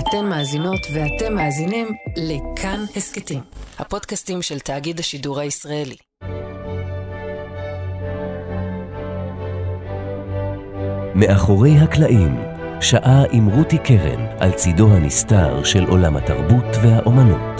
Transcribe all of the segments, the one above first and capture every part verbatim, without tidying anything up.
אתן מאזינות ואתם מאזינים לכאן הסקטים, הפודקאסטים של תאגיד השידור הישראלי. מאחורי הקלעים, שעה עם רותי קרן על צידו הנסתר של עולם התרבות והאומנות.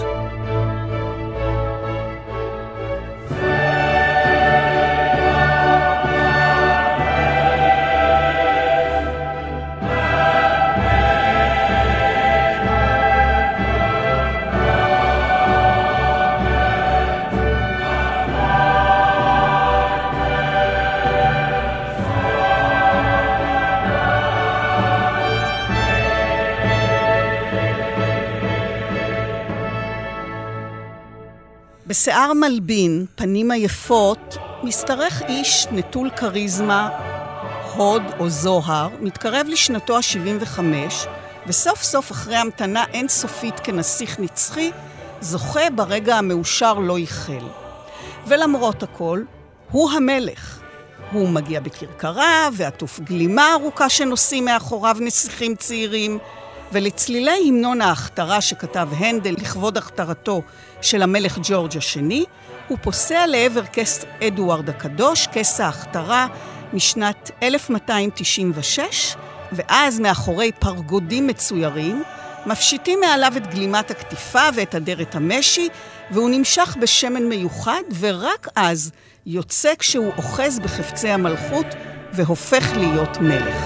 בשיער מלבין, פנים היפות, משתרך איש נטול קריזמה, הוד או זוהר, מתקרב לשנתו ה-שבעים וחמש, וסוף סוף אחרי המתנה אינסופית כנסיך נצחי, זוכה ברגע המאושר לא יחל. ולמרות הכל, הוא המלך. הוא מגיע בכרכרה, ועטוף גלימה ארוכה שנושאים מאחוריו נסיכים צעירים, ולצלילי המנון ההכתרה שכתב הנדל לכבוד הכתרתו של המלך ג'ורג' השני, הוא פוסע לעבר כס אדוארד הקדוש, כס ההכתרה משנת אלף מאתיים תשעים ושש, ואז מאחורי פרגודים מצוירים, מפשיטים מעליו את גלימת הכתיפה ואת אדרת המשי, והוא נמשך בשמן מיוחד, ורק אז יוצא כשהוא אוחז בחפצי המלכות והופך להיות מלך.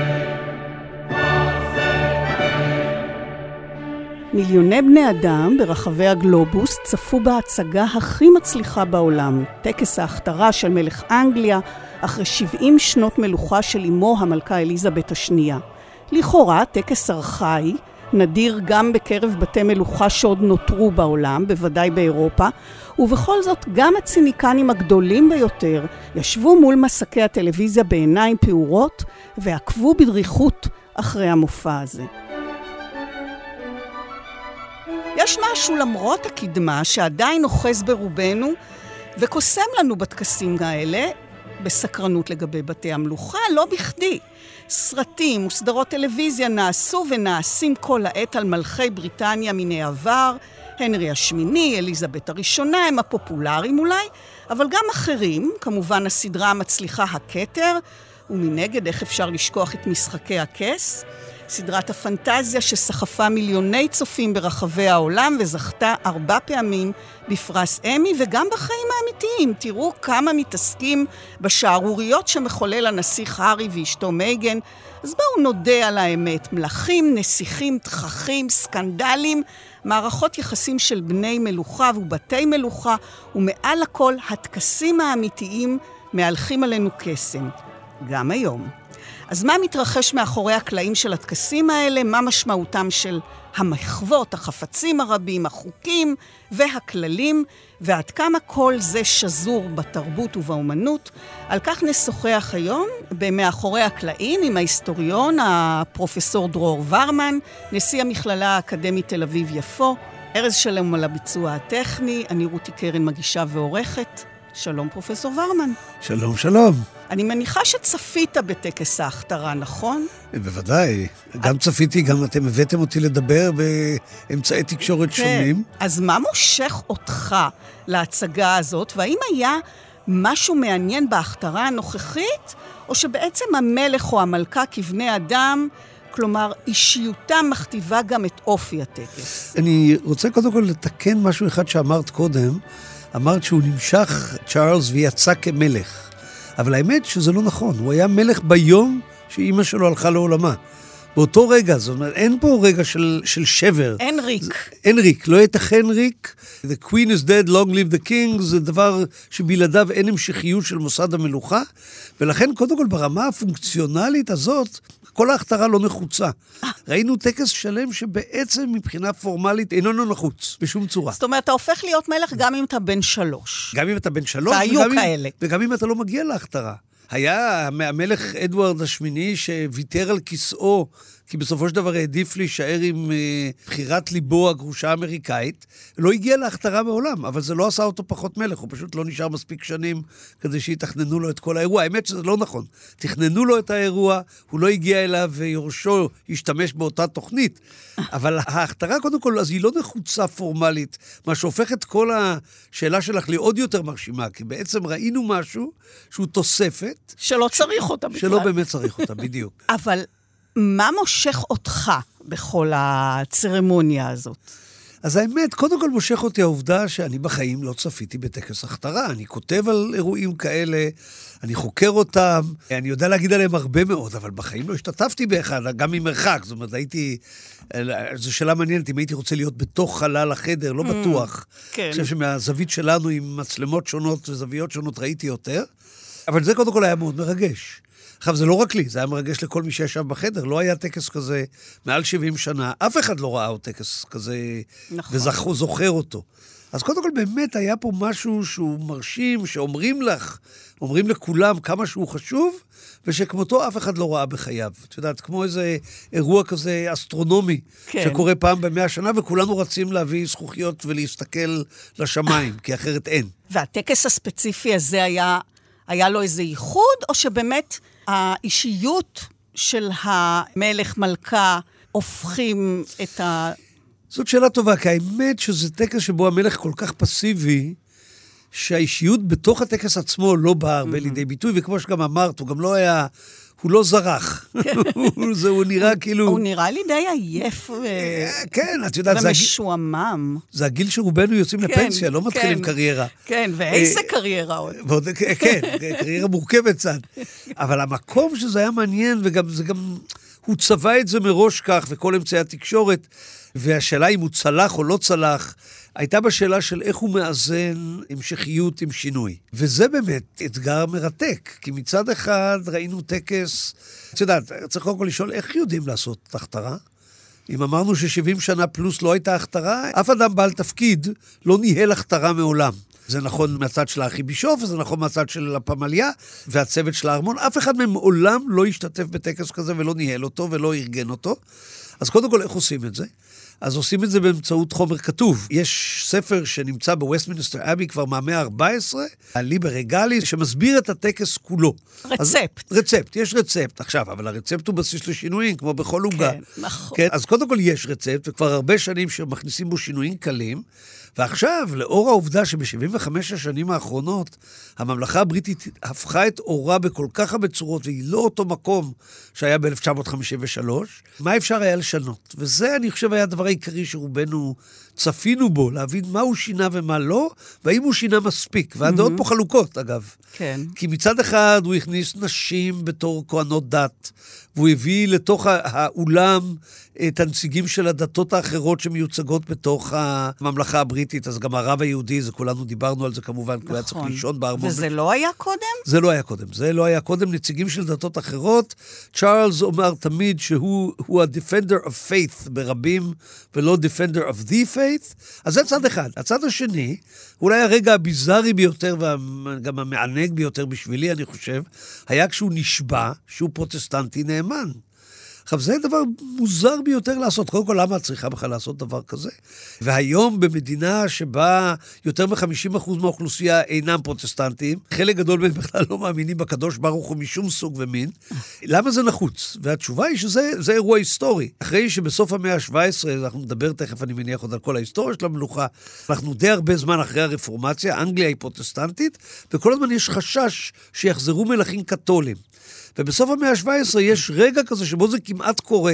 מיליוני בני אדם ברחבי הגלובוס צפו בהצגה הכי מצליחה בעולם, טקס ההכתרה של מלך אנגליה אחרי שבעים שנות מלוכה של אמו המלכה אליזבת השנייה. לכאורה טקס ארכאי, נדיר גם בקרב בתי מלוכה שעוד נותרו בעולם, בוודאי באירופה, ובכל זאת גם הציניקנים הגדולים ביותר ישבו מול מסקי הטלוויזיה בעיניים פעורות ועקבו בדריכות אחרי המופע הזה. יש משהו למרות הקדמה שעדיין אוחז ברובנו וקוסם לנו בטקסים האלה בסקרנות לגבי בתי המלוכה, לא בכדי. סרטים וסדרות טלוויזיה נעשו ונעשים כל העת על מלכי בריטניה מן העבר, הנרי השמיני, אליזבת הראשונה, הם הפופולריים אולי, אבל גם אחרים, כמובן הסדרה המצליחה הכתר, ומנגד איך אפשר לשכוח את משחקי הכס, סדרת הפנטזיה שסחפה מיליוני צופים ברחבי העולם וזכתה ארבע פעמים בפרס אמי, וגם בחיים האמיתיים. תראו כמה מתעסקים בשערוריות שמחולל הנסיך הארי ואשתו מייגן. אז בואו נודה על האמת, מלכים, נסיכים, תככים, סקנדלים, מערכות יחסים של בני מלוכה ובתי מלוכה, ומעל הכל הטקסים האמיתיים מהלכים עלינו קסם. גם היום. אז מה מתרחש מאחורי הקלעים של הטקסים האלה? מה משמעותם של המחוות, החפצים הרבים, החוקים והכללים, ועד כמה כל זה שזור בתרבות ובאומנות? על כך נשוחח היום במאחורי הקלעים עם ההיסטוריון, הפרופסור דרור ורמן, נשיא המכללה האקדמית תל אביב-יפו. ארז שלום על הביצוע הטכני, אני רותי קרן מגישה ועורכת. שלום פרופסור ורמן. שלום, שלום. אני מניחה שצפית בטקס ההכתרה, נכון? בוודאי. גם צפיתי, גם אתם הבאתם אותי לדבר באמצעי תקשורת שונים. אז מה מושך אותך להצגה הזאת? והאם היה משהו מעניין בהכתרה הנוכחית, או שבעצם המלך או המלכה כבני אדם, כלומר אישיותם מכתיבה גם את אופי הטקס? אני רוצה קודם כל לתקן משהו אחד שאמרת קודם. אמרת שהוא נמשך, צ'ארלס, ויצא כמלך. אבל האמת שזה לא נכון. הוא היה מלך ביום שאימא שלו הלכה לעולמה. באותו רגע, זאת אומרת, אין פה רגע של, של שבר. אין ריק. אין ריק, לא יתכן ריק. The queen is dead, long live the king, זה דבר שבלעדיו אין המשכיות של מוסד המלוכה. ולכן, קודם כל, ברמה הפונקציונלית הזאת, כל ההכתרה לא נחוצה. ראינו טקס שלם שבעצם מבחינה פורמלית אינו נחוץ, בשום צורה. זאת אומרת, אתה הופך להיות מלך גם אם אתה בן שלוש. גם אם אתה בן שלוש. והיו כאלה. וגם אם אתה לא מגיע להכתרה. היה המלך אדוארד השמיני שוויתר על כיסאו כי בסופו של דבר העדיף להישאר עם בחירת ליבו הגרושה האמריקאית, לא הגיע להכתרה מעולם, אבל זה לא עשה אותו פחות מלך, הוא פשוט לא נשאר מספיק שנים כדי שיתכננו לו את כל האירוע. האמת שזה לא נכון. תכננו לו את האירוע, הוא לא הגיע אליו ויורשו ישתמש באותה תוכנית, אבל ההכתרה קודם כל, אז היא לא נחוצה פורמלית, מה שהופך את כל השאלה שלך לי עוד יותר מרשימה, כי בעצם ראינו משהו שהוא תוספת. שלא צריך אותה בכלל. שלא באמת צריך אותה, בדיוק. אבל מה מושך אותך בכל הצרמוניה הזאת? אז האמת, קודם כל מושך אותי העובדה שאני בחיים לא צפיתי בטקס הכתרה. אני כותב על אירועים כאלה, אני חוקר אותם, אני יודע להגיד עליהם הרבה מאוד, אבל בחיים לא השתתפתי באחד, גם ממרחק. זאת אומרת, הייתי, זו שאלה מעניינת, אם הייתי רוצה להיות בתוך חלל החדר, לא בטוח. כן. אני חושב שמהזווית שלנו עם מצלמות שונות וזוויות שונות ראיתי יותר, אבל זה קודם כל היה מאוד מרגש. עכשיו, זה לא רק לי, זה היה מרגש לכל מי שישב בחדר, לא היה טקס כזה מעל שבעים שנה, אף אחד לא ראה עוד טקס כזה, נכון. וזוכר אותו. אז קודם כל באמת היה פה משהו שהוא מרשים, שאומרים לך, אומרים לכולם כמה שהוא חשוב, ושכמותו אף אחד לא ראה בחייו. את יודעת, כמו איזה אירוע כזה אסטרונומי, כן. שקורה פעם במאה שנה, וכולנו רצים להביא זכוכיות ולהסתכל לשמיים, כי אחרת אין. והטקס הספציפי הזה היה, היה לו איזה ייחוד, או שבאמת האישיות של המלך מלכה הופכים את ה... זאת שאלה טובה, כי האמת שזה טקס שבו המלך כל כך פסיבי, שהאישיות בתוך הטקס עצמו לא באה הרבה לידי ביטוי, וכמו שגם אמרת, הוא גם לא היה, הוא לא זרח. הוא נראה כאילו... הוא נראה לי די עייף כן, את יודעת, ומשועמם. זה הגיל שרובנו יוצאים לפנסיה, לא מתחילים קריירה. כן, ואיזה קריירה עוד. כן, קריירה מורכבת קצת. אבל המקום שזה היה מעניין, וגם זה גם... הוא צבע את זה מראש כך, וכל אמצעי התקשורת, והשאלה אם הוא צלח או לא צלח, הייתה בשאלה של איך הוא מאזן המשכיות עם שינוי. וזה באמת אתגר מרתק, כי מצד אחד ראינו טקס, את יודעת, צריך קודם כל לשאול איך יודעים לעשות הכתרה. אם אמרנו ש-שבעים שנה פלוס לא הייתה הכתרה, אף אדם בעל תפקיד לא ניהל הכתרה מעולם. זה נכון מהצד של הארכיבישוף, וזה נכון מהצד של הפמליה, והצוות של הארמון. אף אחד מהם מעולם לא השתתף בטקס כזה, ולא ניהל אותו, ולא ארגן אותו. אז קודם כל, איך עושים את זה? אז עושים את זה באמצעות חומר כתוב. יש ספר שנמצא בווסטמינסטר אבי כבר מהמאה ה-ארבע עשרה, הליבר רגלי, שמסביר את הטקס כולו. רצפט. אז, רצפט, יש רצפט. עכשיו, אבל הרצפט הוא בסיס לשינויים, כמו בכל עוגה. כן, נכון. כן, אז קודם כל יש רצפט, וכבר הרבה שנים שמכניסים בו שינויים קלים, ועכשיו, לאור העובדה שב-שבעים וחמש השנים האחרונות, הממלכה הבריטית הפכה את אורה בכל כך הרבה צורות, והיא לא אותו מקום שהיה ב-אלף תשע מאות חמישים ושלוש, מה אפשר היה לשנות? וזה, אני חושב, היה הדבר העיקרי שרובנו צפינו בו, להבין מה הוא שינה ומה לא, והאם הוא שינה מספיק. והדעות פה חלוקות, אגב. כן. כי מצד אחד הוא הכניס נשים בתור כהנות דת, והוא הביא לתוך האולם את הנציגים של הדתות האחרות שמיוצגות בתוך הממלכה הבריטית, אז גם הרב היהודי, זה כולנו דיברנו על זה כמובן, נכון. כי הוא היה צריך לישון בארמון. וזה לא היה קודם? זה לא היה קודם, זה לא היה קודם, נציגים של דתות אחרות. צ'ארלס אומר תמיד שהוא הוא ה-defender of faith ברבים, ולא defender of the faith. אז זה צד אחד. הצד השני, אולי הרגע הביזארי ביותר, וגם המענג ביותר בשבילי, אני חושב, היה כשהוא נשבע שהוא פרוטסטנטי נאמן. עכשיו, זה דבר מוזר ביותר לעשות. קודם כל, למה את צריכה בכלל לעשות דבר כזה? והיום במדינה שבה יותר מ-חמישים אחוז מהאוכלוסייה אינם פרוטסטנטים, חלק גדול מהם בכלל לא מאמינים בקדוש ברוך הוא משום סוג ומין, למה זה נחוץ? והתשובה היא שזה זה אירוע היסטורי. אחרי שבסוף המאה ה-שבע עשרה, אנחנו נדבר תכף, אני מניח עוד על כל ההיסטוריה של המלוכה, אנחנו די הרבה זמן אחרי הרפורמציה, אנגליה היא פרוטסטנטית, וכל הזמן יש חשש שיחזרו מלכים קתולים. ובסוף המאה ה-שבע עשרה יש רגע כזה שבו זה כמעט קורה.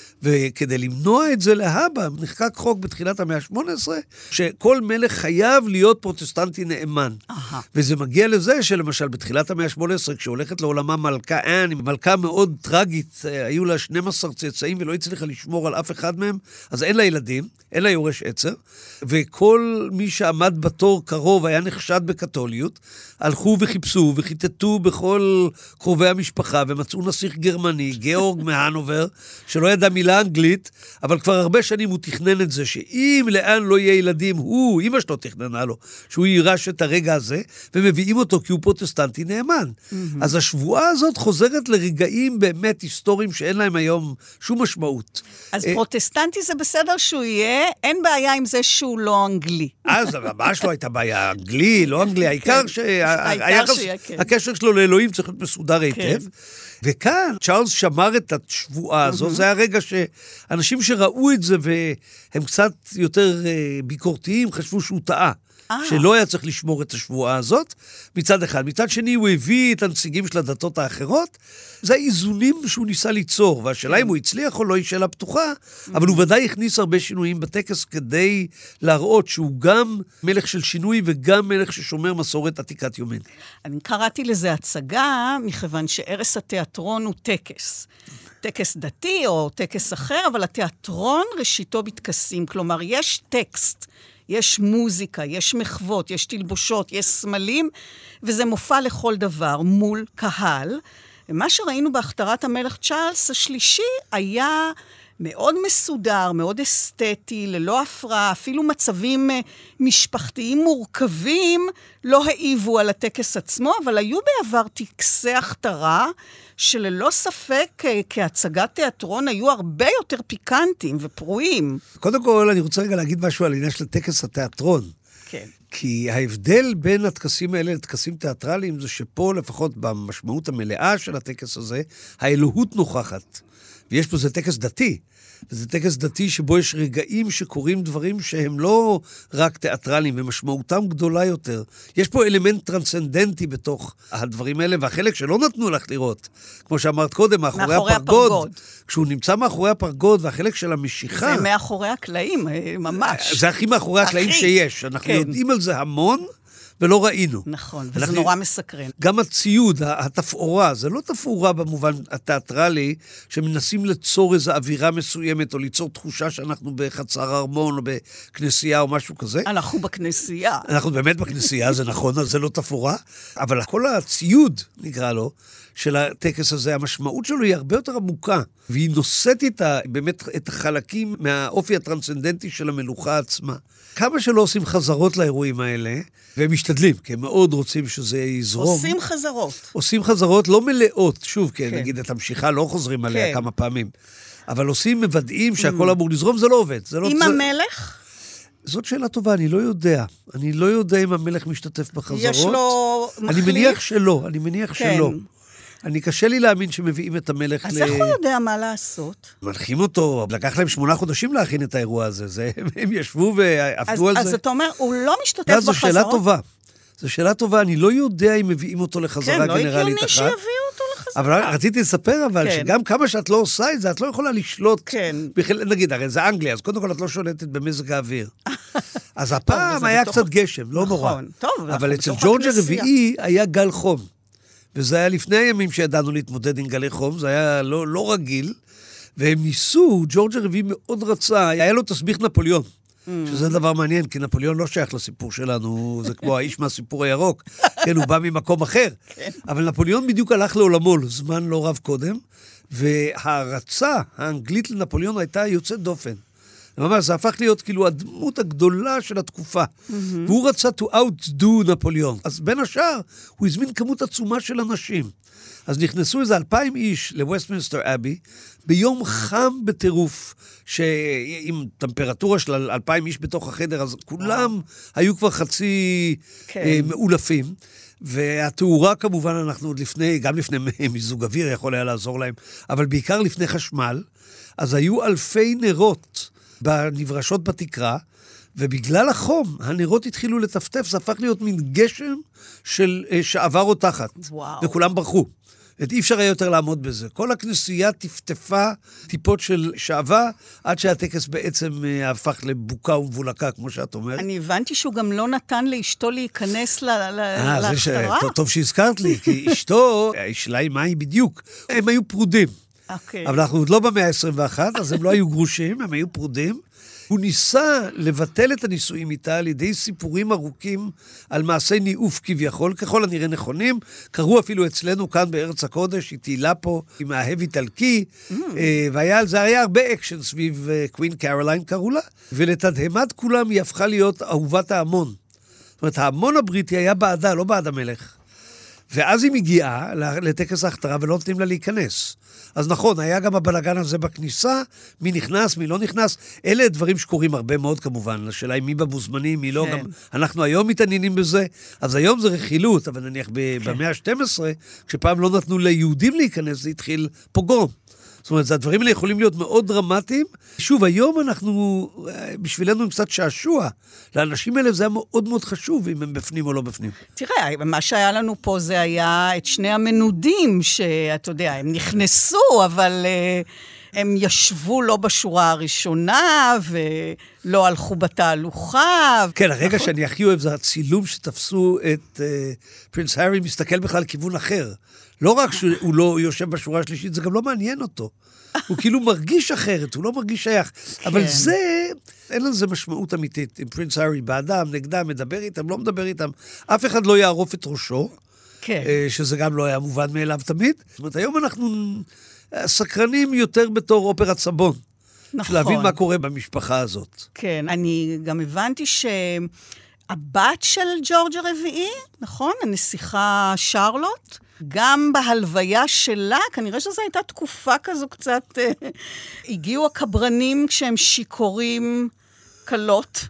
וכדי למנוע את זה להבא, נחקק חוק בתחילת המאה ה-שמונה עשרה, שכל מלך חייב להיות פרוטסטנטי נאמן. Aha. וזה מגיע לזה שלמשל בתחילת המאה ה-שמונה עשרה, כשהולכת לעולמה מלכה אן, מלכה מאוד טרגית, היו לה שנים עשר צאצאים ולא הצליחה לשמור על אף אחד מהם, אז אין לה ילדים, אין לה יורש עצר, וכל מי שעמד בתור קרוב היה נחשד בקתוליות, הלכו וחיפשו וחיטטו בכל קרובי המשפחה, ומצאו נסיך גרמני, גאורג מהנובר, שלא ידע מילה מילה אנגלית, אבל כבר הרבה שנים הוא תכנן את זה, שאם לאן לא יהיה ילדים, הוא, אמא שלו תכננה לו, שהוא יירש את הרגע הזה, ומביאים אותו כי הוא פרוטסטנטי נאמן. Mm-hmm. אז השבועה הזאת חוזרת לרגעים באמת היסטוריים שאין להם היום שום משמעות. אז פרוטסטנטי זה בסדר שהוא יהיה, אין בעיה עם זה שהוא לא אנגלי. אז ממש לא הייתה בעיה, אנגלי, לא אנגלי, העיקר שהקשר שלו לאלוהים צריך להיות מסודר היטב. וכאן צ'ארלס שמר את השבועה הזו, זה היה רגע שאנשים שראו את זה והם קצת יותר ביקורתיים, חשבו שהוא טעה. שלא היה צריך לשמור את השבועה הזאת, מצד אחד. מצד שני, הוא הביא את הנציגים של הדתות האחרות, זה האיזונים שהוא ניסה ליצור, והשאלה אם הוא הצליח או לא היא שאלה פתוחה, אבל הוא ודאי הכניס הרבה שינויים בטקס כדי להראות שהוא גם מלך של שינוי וגם מלך ששומר מסורת עתיקת יומין. אני קראתי לזה הצגה, מכיוון שערש התיאטרון הוא טקס. טקס דתי או טקס אחר, אבל התיאטרון ראשיתו בטקסים, כלומר יש טקסט, יש מוזיקה, יש מחוות, יש תלבושות, יש סמלים, וזה מופע לכל דבר מול קהל. ומה שראינו בהכתרת המלך צ'ארלס השלישי היה מאוד מסודר, מאוד אסתטי, ללא הפרעה, אפילו מצבים משפחתיים מורכבים לא העיבו על הטקס עצמו, אבל היו בעבר טקסי הכתרה, שללא ספק כהצגת תיאטרון היו הרבה יותר פיקנטיים ופרועים. קודם כל, אני רוצה רגע להגיד משהו על עניין של טקס התיאטרון. כן. כי ההבדל בין הטקסים האלה לטקסים תיאטרליים זה שפה, לפחות במשמעות המלאה של הטקס הזה, האלוהות נוכחת. ויש פה זה טקס דתי. וזה טקס דתי שבו יש רגעים שקורים דברים שהם לא רק תיאטרליים, ומשמעותם גדולה יותר. יש פה אלמנט טרנסצנדנטי בתוך הדברים האלה, והחלק שלא נתנו לך לראות, כמו שאמרת קודם, מאחורי, מאחורי הפרגוד, הפרגוד. כשהוא נמצא מאחורי הפרגוד, והחלק של המשיכה... זה מאחורי הקלעים, ממש. זה הכי מאחורי הקלעים הכי. שיש. אנחנו כן. יודעים על זה המון, ולא ראינו. נכון, וזה אנחנו, נורא מסקרן. גם הציוד, התפאורה, זה לא תפאורה במובן התיאטרלי, שמנסים ליצור איזו אווירה מסוימת, או ליצור תחושה שאנחנו בחצר ארמון, או בכנסייה, או משהו כזה. אנחנו בכנסייה. אנחנו באמת בכנסייה, זה נכון, זה לא תפאורה, אבל כל הציוד, נקרא לו, של הטקס הזה, המשמעות שלו היא הרבה יותר עמוקה, והיא נושאת איתה באמת את החלקים מהאופי הטרנסצנדנטי של המלוכה עצמה. כמה שלא עושים חזרות לאירועים האלה, והם משתדלים, כי הם מאוד רוצים שזה יזרום. עושים חזרות. עושים חזרות לא מלאות, שוב, כי כן. נגיד את המשיכה לא חוזרים עליה כן. כמה פעמים, אבל עושים מוודאים שהכל אמור לזרום, זה לא עובד. זה לא, עם זה... המלך? זאת שאלה טובה, אני לא יודע. אני לא יודע אם המלך משתתף בחזרות. יש לו מחליף? אני מניח שלא, אני מניח כן. שלא. אני קשה לי להאמין שמביאים את המלך אז ל... אז איך הוא יודע מה לעשות? מנחים אותו, לקח להם שמונה חודשים להכין את האירוע הזה, זה, הם ישבו ועבדו על אז זה. אז אתה אומר, הוא לא משתתף בחזרות? זו שאלה טובה. זו שאלה טובה, אני לא יודע אם מביאים אותו לחזרה כן, גנרלית אחת. כן, לא הגיוני שיביאו אותו לחזרה. אבל רציתי לספר, אבל כן. שגם כמה שאת לא עושה את זה, את לא יכולה לשלוט. כן. בכלל, נגיד, הרי זה אנגליה, אז קודם כל את לא שולטת במזג האוויר. אז הפעם היה קצת גשם, לא נורא. טוב, אבל אצל ג'ורג' הרביעי היה גל חום. וזה היה לפני הימים שידענו להתמודד עם גלי חום, זה היה לא, לא רגיל, והם ניסו, ג'ורג' הרביעי מאוד רצה, היה לו תסביך נפוליאון, mm. שזה דבר מעניין, כי נפוליאון לא שייך לסיפור שלנו, זה כמו האיש מהסיפור הירוק, כן, הוא בא ממקום אחר, כן. אבל נפוליאון בדיוק הלך לעולמו, זמן לא רב קודם, וההרצה האנגלית לנפוליאון הייתה יוצאת דופן. ממש, זה הפך להיות כאילו הדמות הגדולה של התקופה. Mm-hmm. והוא רצה to outdo נפוליאון. אז בין השאר, הוא הזמין כמות עצומה של אנשים. אז נכנסו איזה אלפיים איש לווסטמינסטר אבי, ביום חם בטירוף, שעם טמפרטורה של אלפיים איש בתוך החדר, אז כולם היו כבר חצי כן. אה, מאולפים. והתאורה כמובן אנחנו עוד לפני, גם לפני מיזוג אוויר יכול היה לעזור להם, אבל בעיקר לפני חשמל, אז היו אלפי נרות בנברשות בתקרה, ובגלל החום, הנרות התחילו לטפטף, זה הפך להיות מין גשם של שעבר או תחת. וואו. וכולם ברחו. אי אפשר היה יותר לעמוד בזה. כל הכנסייה טפטפה טיפות של שעבה, עד שהטקס בעצם הפך לבוקה ומבולקה, כמו שאת אומרת. אני הבנתי שהוא גם לא נתן לאשתו להיכנס להכתרה. טוב שהזכרת לי, כי אשתו, השאלה היא מה היא בדיוק. הם היו פרודים. Okay. אבל אנחנו עוד לא במאה ה-עשרים ואחת, אז הם לא היו גרושים, הם היו פרודים. הוא ניסה לבטל את הנישואים איתה על ידי סיפורים ארוכים על מעשי ניאוף כביכול, ככל הנראה נכונים. קראו אפילו אצלנו כאן בארץ הקודש, היא תהילה פה עם מאהב איטלקי, mm. והיה על זה, היה הרבה אקשן סביב קווין קרוליין קראו לה, ולתדהמת כולם היא הפכה להיות אהובת ההמון. זאת אומרת, ההמון הבריטי היה בעדה, לא בעד המלך. ואז היא מגיעה לטקס ההכתרה ולא נותנים לה להיכנס. אז נכון, היה גם הבלגן הזה בכניסה, מי נכנס, מי לא נכנס. אלה דברים שקורים הרבה מאוד כמובן. השאלה היא מי במוזמנים, מי לא. כן. גם אנחנו היום מתעניינים בזה. אז היום זה רכילות, אבל נניח כן. במאה ה-שתים עשרה, כשפעם לא נתנו ליהודים להיכנס, זה התחיל פוגרום. זאת אומרת, הדברים האלה יכולים להיות מאוד דרמטיים. שוב, היום אנחנו, בשבילנו הם קצת שעשוע. לאנשים האלה זה היה מאוד מאוד חשוב, אם הם בפנים או לא בפנים. תראה, מה שהיה לנו פה זה היה את שני המנודים, שאתה יודע, הם נכנסו, אבל uh, הם ישבו לא בשורה הראשונה, ולא הלכו בתהלוכה. כן, הרגע נכון? שאני הכי אוהב זה הצילום שתפסו את uh, פרינס הארי, מסתכל בכלל לכיוון אחר. לא רק שהוא לא יושב בשורה השלישית, זה גם לא מעניין אותו. הוא כאילו מרגיש אחרת, הוא לא מרגיש שייך. אבל זה, אין לזה משמעות אמיתית. עם פרינס הארי באדם, נגדם, מדבר איתם, לא מדבר איתם. אף אחד לא יערוף את ראשו, שזה גם לא היה מובן מאליו תמיד. זאת אומרת, היום אנחנו סקרנים יותר בתור אופרת סבון. נכון. להבין מה קורה במשפחה הזאת. כן, אני גם הבנתי שהבת של ג'ורג' הרביעי, נכון? הנסיכה שרלוט, גם בהלוויה שלה, כנראה שזו הייתה תקופה כזו קצת, הגיעו הקברנים כשהם שיקורים קלות,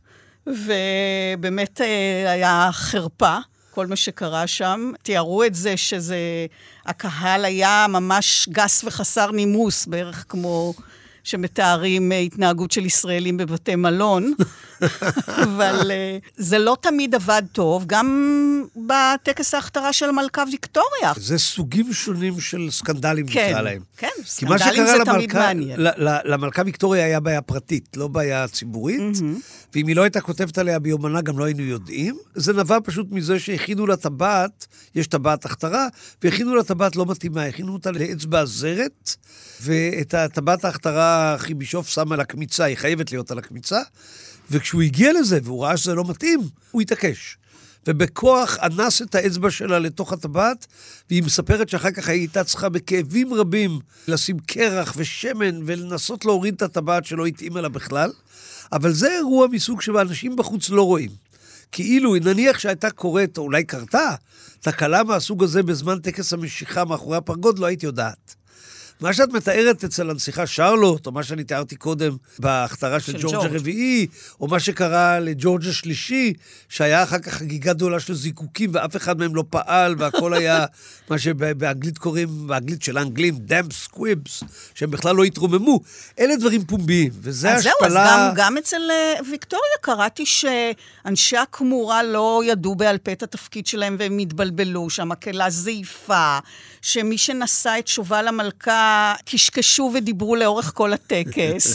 ובאמת היה חרפה, כל מה שקרה שם. תיארו את זה שזה, הקהל היה ממש גס וחסר נימוס, בערך כמו שמתארים התנהגות של ישראלים בבתי מלון, אבל זה לא תמיד עבד טוב, גם בטקס ההכתרה של מלכה ויקטוריה. זה סוגים שונים של סקנדלים כן, נקרא להם. כן, סקנדלים זה תמיד למלכה, מעניין. למלכה ויקטוריה היה בעיה פרטית, לא בעיה ציבורית, mm-hmm. ואם היא לא הייתה כותבת עליה ביומנה, גם לא היינו יודעים. זה נבע פשוט מזה שהכינו לה טבעת, יש טבעת הכתרה, והכינו לה טבעת לא מתאימה, הכינו אותה לאצבע הזרת, ואת הטבעת ההכתרה חיבישוף שם על הקמיצה, היא חייבת להיות על הקמיצה, וכשהוא הגיע לזה והוא ראה שזה לא מתאים, הוא התעקש. ובכוח אנס את האצבע שלה לתוך הטבעת, והיא מספרת שאחר כך הייתה צריכה בכאבים רבים לשים קרח ושמן, ולנסות להוריד את הטבעת שלא התאימה לה בכלל. אבל זה אירוע מסוג שאנשים בחוץ לא רואים. כאילו, נניח שהייתה קורית, או אולי קרתה, תקלה מהסוג הזה בזמן טקס המשיכה מאחורי הפרגוד, לא הייתי יודעת. מה שאת מתארת אצל הנסיכה שרלוט, או מה שאני תיארתי קודם בהכתרה של, של ג'ורג' הרביעי, או מה שקרה לג'ורג' השלישי, שהיה אחר כך חגיגה גדולה של זיקוקים, ואף אחד מהם לא פעל, והכל היה מה שבאנגלית קוראים, באנגלית של האנגלים, damp squibs, שהם בכלל לא התרוממו. אלה דברים פומביים, וזה השפלה... אז זהו, אז גם, גם אצל ויקטוריה קראתי שאנשי הכמורה לא ידעו בעל פה את התפקיד שלהם, והם התבלבלו, שהמקהלה זעיפה, שמי שנשא את שובה למלכה, קשקשו ודיברו לאורך כל הטקס.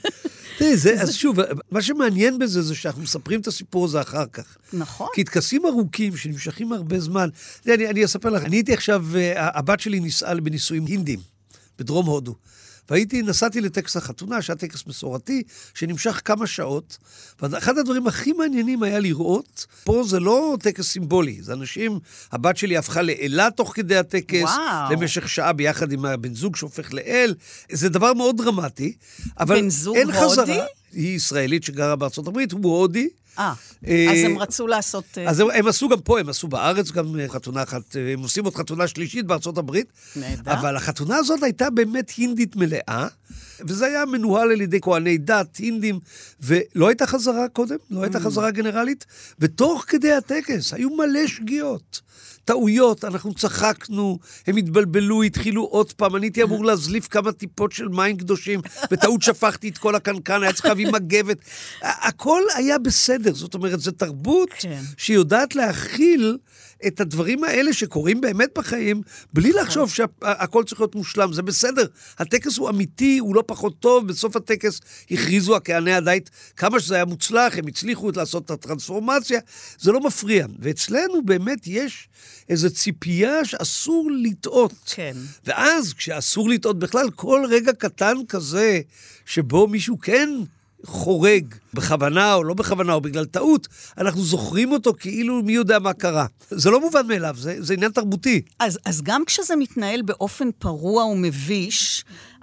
אז שוב, מה שמעניין בזה זה שאנחנו מספרים את הסיפור הזה אחר כך. נכון. כי טקסים ארוכים שנמשכים הרבה זמן, אני אספר לך, אני הייתי עכשיו, הבת שלי נישאה בנישואים הינדים, בדרום הודו. והייתי, נסעתי לטקס החתונה, שהיה טקס מסורתי, שנמשך כמה שעות, ואחד הדברים הכי מעניינים היה לראות, פה זה לא טקס סימבולי, זה אנשים, הבת שלי הפכה לאלה תוך כדי הטקס, וואו. למשך שעה ביחד עם הבן זוג שהופך לאל, זה דבר מאוד דרמטי, אבל בן זוג אין הודי? חזרה, היא ישראלית שגרה בארצות הברית, הוא הודי, אה, אז הם רצו לעשות... אז הם, הם עשו גם פה, הם עשו בארץ גם חתונה אחת, הם עושים עוד חתונה שלישית בארצות הברית, נהדר. אבל החתונה הזאת הייתה באמת הינדית מלאה, וזה היה מנוהל על ידי כהני דת, הינדים, ולא הייתה חזרה קודם, לא הייתה חזרה גנרלית, ותוך כדי הטקס היו מלא שגיאות. טעויות, אנחנו צחקנו, הם התבלבלו, התחילו עוד פעם, אני הייתי אמור להזליף כמה טיפות של מים קדושים, בטעות שפכתי את כל הקנקן, היה צריך להביא מגבת, הכל היה בסדר, זאת אומרת, זו תרבות כן. שיודעת להכיל את הדברים האלה שקורים באמת בחיים, בלי לחשוב שהכל צריך להיות מושלם, זה בסדר, הטקס הוא אמיתי, הוא לא פחות טוב, בסוף הטקס הכריזו הכהני הדית, כמה שזה היה מוצלח, הם הצליחו לעשות את הטרנספורמציה, זה לא מפריע, ואצלנו באמת יש איזו ציפייה שאסור לטעות. כן. ואז, כשאסור לטעות בכלל, כל רגע קטן כזה, שבו מישהו כן חורג בכוונה או לא בכוונה או בגלל טעות, אנחנו זוכרים אותו כאילו מי יודע מה קרה. זה לא מובן מאליו, זה, זה עניין תרבותי. אז, אז גם כשזה מתנהל באופן פרוע ומביש,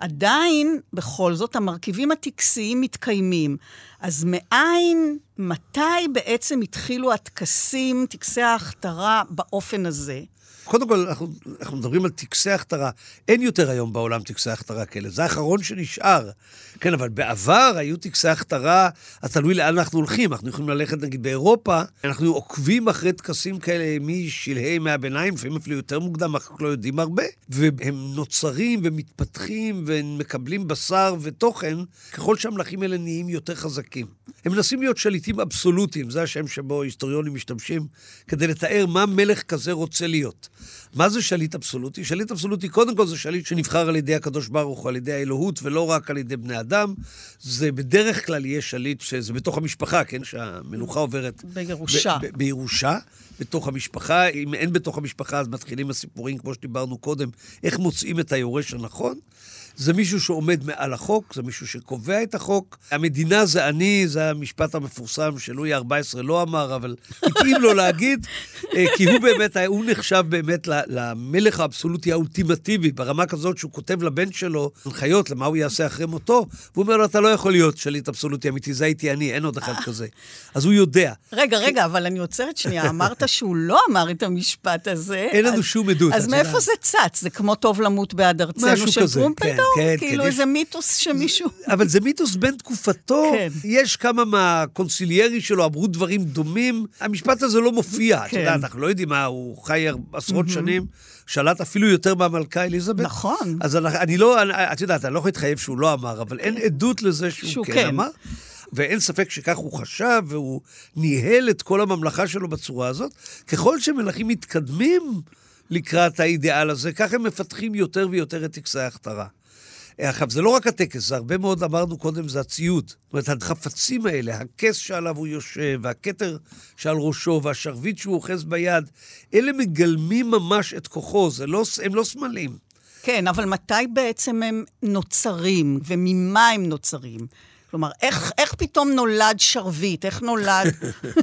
עדיין בכל זאת המרכיבים הטקסיים מתקיימים. אז מאין, מתי בעצם התחילו הטקסים, טקסי ההכתרה באופן הזה? קודם כל, אנחנו, אנחנו מדברים על טקסי הכתרה. אין יותר היום בעולם טקסי הכתרה כאלה. זה האחרון שנשאר. כן, אבל בעבר היו טקסי הכתרה, התלוי לאן אנחנו הולכים. אנחנו יכולים ללכת, נגיד, באירופה, אנחנו עוקבים אחרי טקסים כאלה משלהי ימי הביניים, לפעמים אפילו יותר מוקדם, אנחנו לא יודעים הרבה, והם נוצרים ומתפתחים ומקבלים בשר ותוכן, ככל שהמלכים האלה נהיים יותר חזקים. הם מנסים להיות שליטים אבסולוטיים, זה השם שבו היסטוריונים משתמשים, כדי לתאר מה מלך כזה רוצה להיות. מה זה שליט אבסולוטי? שליט אבסולוטי, קודם כל זה שליט שנבחר על ידי הקדוש ברוך הוא, על ידי האלוהות, ולא רק על ידי בני אדם. זה בדרך כלל יהיה שליט שזה בתוך המשפחה, כן? שהמלוכה עוברת... בירושה. ב- ב- בירושה, בתוך המשפחה. אם אין בתוך המשפחה, אז מתחילים הסיפורים, כמו שדיברנו קודם, איך מוצאים את היורש הנכון. זה מישהו שעומד מעל החוק, זה מישהו שקובע את החוק. המדינה זה אני, זה המשפט המפורסם שלואי ה-ארבע עשרה לא אמר, אבל התאים לו להגיד, כי הוא באמת, הוא נחשב באמת למלך האבסולוטי האולטימטיבי, ברמה כזאת שהוא כותב לבן שלו הנחיות למה הוא יעשה אחרי מותו, והוא אומר לו, אתה לא יכול להיות שליט אבסולוטי אמיתי, זה הייתי אני, אין עוד אחד כזה. אז הוא יודע. רגע, רגע, אבל אני עוצרת שנייה, אמרת שהוא לא אמר את המשפט הזה. אין לנו שום עדות. אז מאיפה זה צץ? זה כמו טוב למות בעד ארצנו של טרומפלדור? כן, כאילו כן, איזה יש... מיתוס שמישהו... אבל זה מיתוס בין תקופתו. כן. יש כמה מהקונסיליארי שלו, אמרו דברים דומים. המשפט הזה לא מופיע. כן. אתה יודע, אנחנו לא יודעים מה, הוא חי עשרות mm-hmm. שנים, שלט אפילו יותר מהמלכה אליזבת. נכון. אז אני, אני לא, אני, את יודעת, אני לא יכול להתחייב שהוא לא אמר, אבל אין עדות לזה שהוא, שהוא כן, כן אמר. ואין ספק שכך הוא חשב, והוא ניהל את כל הממלכה שלו בצורה הזאת. ככל שמלכים מתקדמים לקראת האידיאל הזה, כך הם מפתחים יותר ויותר את טקסי ההכתרה. עכשיו, זה לא רק הטקס, זה הרבה מאוד, אמרנו קודם, זה הציוד. זאת אומרת, החפצים האלה, הכס שעליו הוא יושב, והכתר שעל ראשו, והשרביט שהוא אוחז ביד, אלה מגלמים ממש את כוחו, זה לא, הם לא סמלים. כן, אבל מתי בעצם הם נוצרים, וממה הם נוצרים? כלומר, איך, איך פתאום נולד שרביט? איך נולד...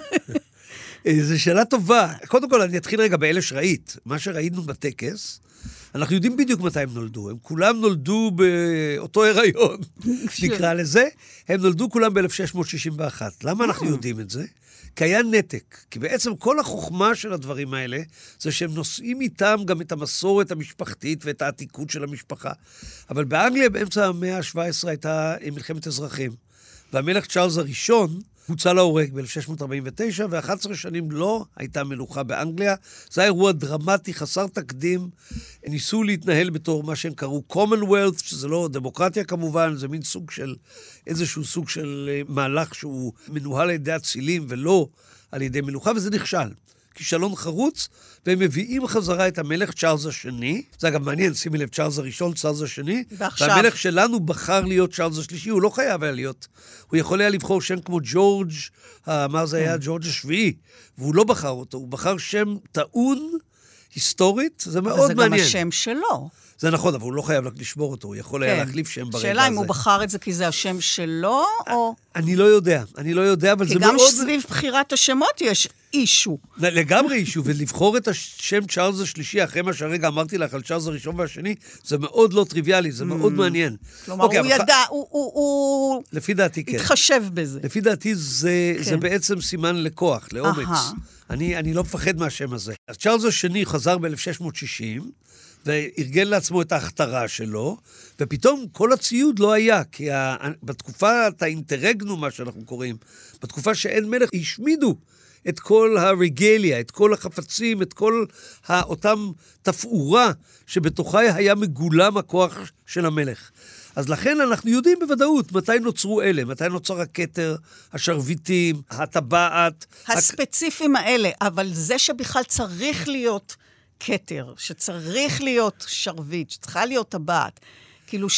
זו שאלה טובה. קודם כל, אני אתחיל רגע באלה שראית. מה שראינו בטקס, אנחנו יודעים בדיוק מתי הם נולדו. הם כולם נולדו באותו הריון, נקרא לזה. הם נולדו כולם ב-אלף שש מאות שישים ואחת. למה אנחנו יודעים את זה? כי היה נתק. כי בעצם כל החוכמה של הדברים האלה, זה שהם נושאים איתם גם את המסורת המשפחתית ואת העתיקות של המשפחה. אבל באנגליה, באמצע המאה ה-שבע עשרה, הייתה מלחמת אזרחים. והמלך צ'ארלס הראשון, הוצא להורג ב-אלף שש מאות ארבעים ותשע, ו-אחת עשרה שנים לא הייתה מלוכה באנגליה. זה היה אירוע דרמטי, חסר תקדים. ניסו להתנהל בתור מה שהם קראו commonwealth, שזה לא דמוקרטיה כמובן, זה מין סוג של, איזשהו סוג של מהלך שהוא מנוהל על ידי הצילים ולא על ידי מלוכה, וזה נכשל. כישלון חרוץ, והם מביאים חזרה את המלך צ'ארלס השני. זה אגב מעניין, שימי לב, צ'ארלס הראשון, צ'ארלס השני. ועכשיו... והמלך שלנו בחר להיות צ'ארלס השלישי, הוא לא חייב היה להיות. הוא יכול היה לבחור שם כמו ג'ורג', מה זה היה? ג'ורג' השביעי, והוא לא בחר אותו, הוא בחר שם טעון, היסטורית, זה מאוד זה מעניין. זה גם השם שלו. זה נכון, אבל הוא לא חייב לשמור אותו, הוא יכול היה להחליף שם ברגע הזה. שאלה אם הוא בחר את זה כי זה השם שלו, או... אני לא יודע, אני לא יודע, אבל זה מאוד... כי גם סביב בחירת השמות יש אישו. לגמרי אישו, ולבחור את השם צ'ארלס השלישי, אחרי מה שהרגע אמרתי לך על צ'ארלס הראשון והשני, זה מאוד לא טריוויאלי, זה מאוד מעניין. כלומר, הוא ידע, הוא... לפי דעתי, כן. התחשב בזה. לפי דעתי, זה בעצם סימן לכוח, לאומץ. אני לא מפחד מהשם הזה. אז צ'ארלס השני חזר ב-אלף שש מאות שישים, וארגן לעצמו את ההכתרה שלו, ופתאום כל הציוד לא היה, כי בתקופת האינטרגנו, מה שאנחנו קוראים, בתקופה שאין מלך, השמידו את כל הרגליה, את כל החפצים, את כל אותם תפאורה, שבתוכה היה מגולם הכוח של המלך. אז לכן אנחנו יודעים בוודאות מתי נוצרו אלה, מתי נוצר הכתר, השרביטים, הטבעת. הספציפיים האלה, אבל זה שבכלל צריך להיות כתר, שצריך להיות שרביט, שצריכה להיות טבעת, כאילו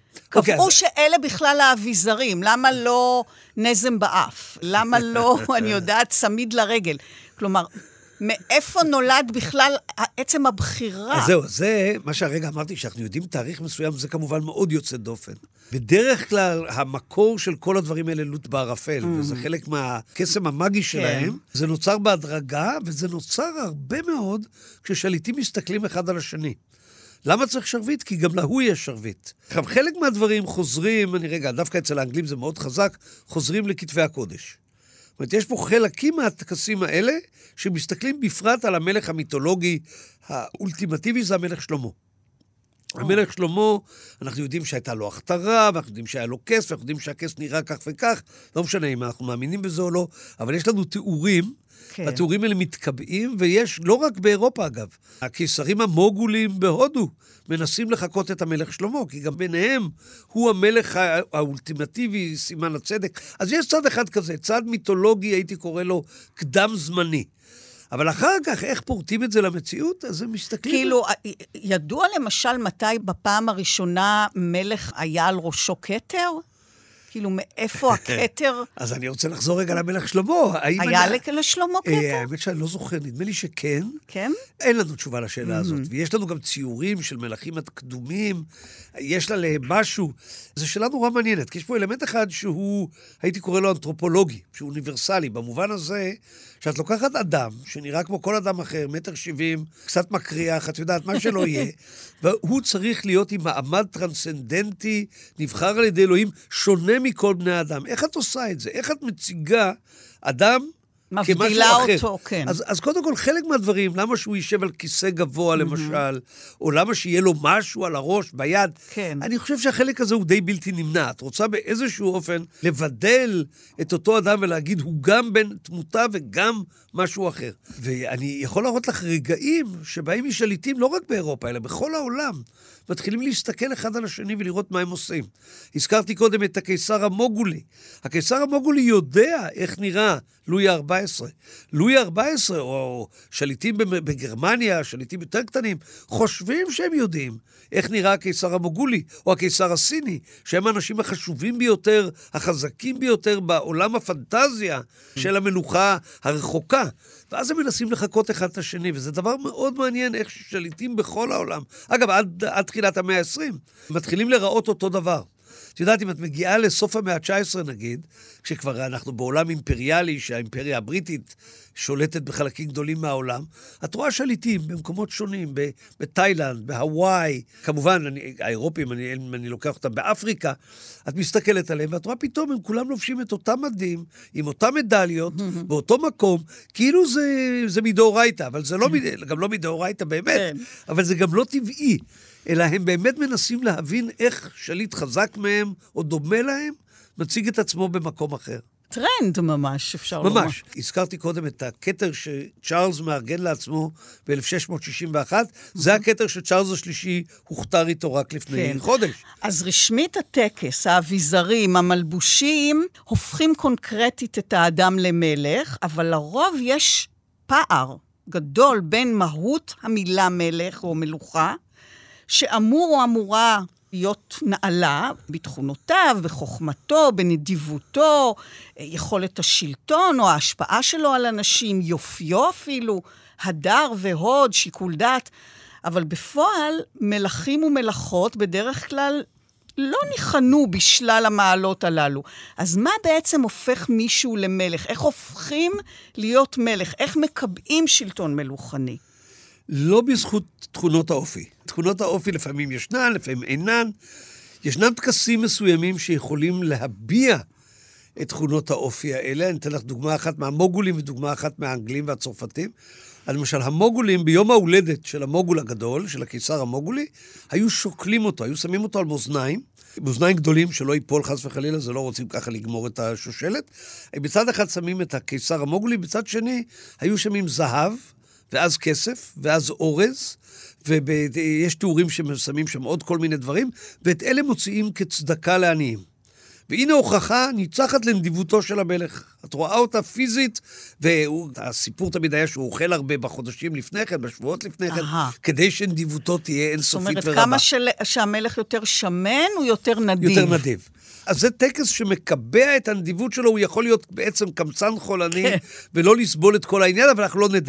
שקבעו שאלה בכלל האביזרים, למה לא נזם באף? למה לא, אני יודעת, צמיד לרגל? כלומר, מאיפה נולד בכלל עצם הבחירה? אז זהו, זה מה שהרגע אמרתי, שאנחנו יודעים תאריך מסוים, זה כמובן מאוד יוצא דופן. בדרך כלל, המקור של כל הדברים האלה לוט בערפל, וזה חלק מהקסם המאגי שלהם, זה נוצר בהדרגה, וזה נוצר הרבה מאוד כששליטים מסתכלים אחד על השני. למה צריך שרביט? כי גם להוא יש שרביט. עכשיו, חלק מהדברים חוזרים, אני רגע, דווקא אצל האנגלים זה מאוד חזק, חוזרים לכתבי הקודש. זאת אומרת, יש פה חלקים מהטקסים האלה, שמסתכלים בפרט על המלך המיתולוגי האולטימטיבי, זה המלך שלמה. המלך שלמה, אנחנו יודעים שהייתה לו הכתרה, ואנחנו יודעים שהיה לו כס, ואנחנו יודעים שהכס נראה כך וכך, לא משנה אם אנחנו מאמינים בזה או לא, אבל יש לנו תיאורים, כן. והתיאורים האלה מתקבעים, ויש לא רק באירופה אגב, הקיסרים המוגולים בהודו מנסים לחקות את המלך שלמה, כי גם ביניהם הוא המלך האולטימטיבי, סימן הצדק. אז יש צד אחד כזה, צד מיתולוגי, הייתי קורא לו קדם זמני. אבל אחר כך, איך פורטים את זה למציאות? אז הם מסתכלים... כאילו, ידוע למשל מתי בפעם הראשונה מלך היה על ראשו כתר? כאילו, מאיפה הכתר? אז אני רוצה לחזור רגע למלך שלמה. היה לשלמה כתר? האמת שאני לא זוכר, נדמה לי שכן. כן? אין לנו תשובה לשאלה הזאת. ויש לנו גם ציורים של מלכים הקדומים, יש לה משהו. זו שאלה נורא מעניינת, כי יש פה אלמנט אחד שהוא, הייתי קורא לו אנתרופולוגי, שהוא אוניברסלי, במובן הזה שאת לוקחת אדם, שנראה כמו כל אדם אחר, מטר שבעים, קצת מקריח, את יודעת, מה שלא יהיה, והוא צריך להיות עם מעמד טרנסצנדנטי, נבחר על ידי אלוהים, שונה מכל בני האדם. איך את עושה את זה? איך את מציגה אדם מבדילה אותו, כן. אז, אז קודם כל, חלק מהדברים, למה שהוא יישב על כיסא גבוה, למשל, או למה שיהיה לו משהו על הראש, ביד, כן. אני חושב שהחלק הזה הוא די בלתי נמנע. את רוצה באיזשהו אופן לבדל את אותו אדם ולהגיד, הוא גם בן תמותה וגם משהו אחר. ואני יכול להראות לך רגעים שבהם משליטים לא רק באירופה, אלא בכל העולם, מתחילים להסתכל אחד על השני ולראות מה הם עושים. הזכרתי קודם את הקיסר המוגולי. הקיסר המוגולי יודע איך נראה לואי ה-ארבע עשרה. לואי ה-ארבע עשרה, או שליטים בגרמניה, שליטים יותר קטנים, חושבים שהם יודעים איך נראה הקיסר המוגולי, או הקיסר הסיני, שהם האנשים החשובים ביותר, החזקים ביותר בעולם הפנטזיה של המלוכה הרחוקה. ואז הם מנסים לחכות אחד את השני, וזה דבר מאוד מעניין איך ששליטים בכל העולם. אגב, עד, עד תחילת המאה ה-עשרים, מתחילים לראות אותו דבר. את יודעת, אם את מגיעה לסוף המאה ה-תשע עשרה נגיד, כשכבר אנחנו בעולם אימפריאלי, שהאימפריה הבריטית שולטת בחלקים גדולים מהעולם, את רואה שליטים במקומות שונים, בתאילנד, בהוואי, כמובן, אני, האירופים, אני, אני לוקח אותם באפריקה, את מסתכלת עליהם, ואת רואה פתאום, הם כולם לובשים את אותם מדים, עם אותם מדליות, באותו מקום, כאילו זה, זה מדאורייתא, אבל זה לא, גם לא מדאורייתא באמת, אבל זה גם לא טבעי. אלא הם באמת מנסים להבין איך שליט חזק מהם, או דומה להם, מציג את עצמו במקום אחר. טרנד ממש, אפשר לומר. ממש. הזכרתי קודם את הכתר שצ'ארלס מארגן לעצמו ב-אלף שש מאות שישים ואחת, זה הכתר שצ'ארלס השלישי הוכתר איתו רק לפני חודש. אז רשמית הטקס, האביזרים, המלבושים, הופכים קונקרטית את האדם למלך, אבל לרוב יש פער גדול בין מהות המילה מלך או מלוכה, שאמור או אמורה להיות נעלה בתכונותיו, בחוכמתו, בנדיבותו, יכולת השלטון או ההשפעה שלו על אנשים, יופיו אפילו, הדר והוד, שיקול דעת. אבל בפועל מלכים ומלכות בדרך כלל לא ניחנו בשלל המעלות הללו. אז מה בעצם הופך מישהו למלך? איך הופכים להיות מלך? איך מקבעים שלטון מלוכני? לא בזכות תכונות האופי. תכונות האופי לפעמים ישנן, לפעמים אינן. ישנם טקסים מסוימים שיכולים להביע את תכונות האופי האלה. אני אתן לך דוגמה אחת מהמוגולים ודוגמה אחת מהאנגלים והצרפתים. למשל, המוגולים ביום ההולדת של המוגול הגדול, של הקיסר המוגולי, היו שוקלים אותו, היו שמים אותו על מאזניים, מאזניים גדולים שלא ייפול חס וחלילה, זה לא רוצים ככה לגמור את השושלת. בצד אחד שמים את הקיסר המוגולי, בצד שני היו שמים זהב, ואז כסף, ואז אורז, ויש תיאורים ששמים שם עוד כל מיני דברים, ואת אלה מוציאים כצדקה לעניים. והנה הוכחה ניצחת לנדיבותו של המלך. את רואה אותה פיזית, והסיפור תמיד היה שהוא אוכל הרבה בחודשים לפני כן, בשבועות לפני כן, כדי שנדיבותו תהיה אינסופית ורבה. זאת אומרת, כמה של... שהמלך יותר שמן, הוא יותר נדיב. יותר נדיב. אז זה טקס שמקבע את הנדיבות שלו, הוא יכול להיות בעצם קמצן חולני, ולא לסבול את כל העניין, אבל אנחנו לא נדע.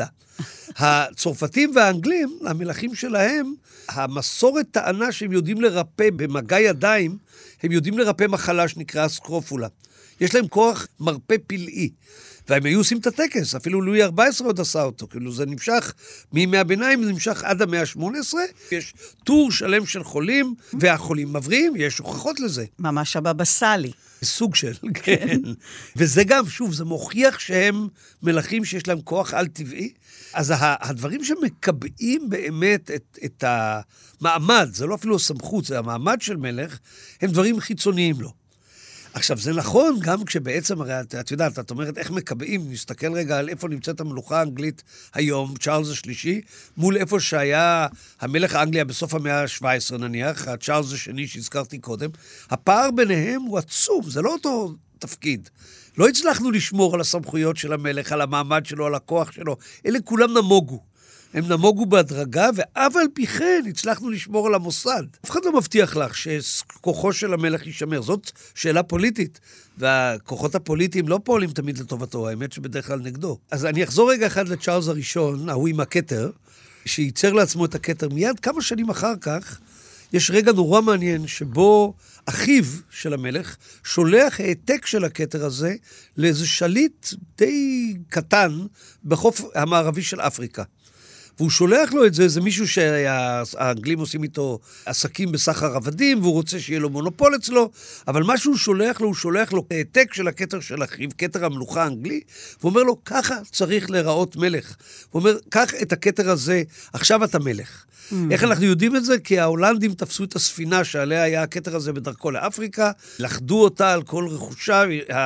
הצרפתים והאנגלים, המלכים שלהם, המסורת טענה שהם יודעים לרפא במגע ידיים, הם יודעים לרפא מחלה שנקרא סקרופולה. יש להם כוח מרפא פלאי. והם היו עושים את הטקס, אפילו לואי ארבע עשרה עוד עשה אותו, כאילו זה נמשך, מימי הביניים זה נמשך עד המאה ה-שמונה עשרה, יש טור שלם של חולים, והחולים מבריאים, יש הוכחות לזה. ממש הבבא סאלי. סוג של, כן. וזה גם, שוב, זה מוכיח שהם מלכים שיש להם כוח על-טבעי, אז הדברים שמקבעים באמת את, את המעמד, זה לא אפילו הסמכות, זה המעמד של מלך, הם דברים חיצוניים לו. עכשיו, זה נכון גם כשבעצם, הרי את, את יודעת, את אומרת, איך מקבעים, נסתכל רגע על איפה נמצאת המלוכה האנגלית היום, צ'ארלס השלישי, מול איפה שהיה המלך האנגליה בסוף המאה ה-שבע עשרה נניח, הצ'ארלס השני שהזכרתי קודם, הפער ביניהם הוא עצום, זה לא אותו תפקיד. לא הצלחנו לשמור על הסמכויות של המלך, על המעמד שלו, על הכוח שלו, אלה כולם נמוגו. הם נמוגו בהדרגה, ואף על פי כן הצלחנו לשמור על המוסד. אף אחד לא מבטיח לך שכוחו של המלך יישמר. זאת שאלה פוליטית, והכוחות הפוליטיים לא פועלים תמיד לטובתו, האמת שבדרך כלל נגדו. אז אני אחזור רגע אחד לצ'ארלס הראשון, ההוא עם הכתר, שייצר לעצמו את הכתר. מיד כמה שנים אחר כך, יש רגע נורא מעניין שבו אחיו של המלך שולח העתק של הכתר הזה לאיזה שליט די קטן בחוף המערבי של אפריקה. והוא שולח לו את זה, זה מישהו שהאנגלים עושים איתו עסקים בסחר עבדים, והוא רוצה שיהיה לו מונופול אצלו, אבל מה שהוא שולח לו, הוא שולח לו העתק של הכתר של אחיו, כתר המלוכה האנגלי, והוא אומר לו, ככה צריך להיראות מלך. הוא אומר, קח את הכתר הזה, עכשיו אתה מלך. Mm. איך אנחנו יודעים את זה? כי ההולנדים תפסו את הספינה שעליה היה הכתר הזה בדרכו לאפריקה, לחדו אותה על כל רכושה,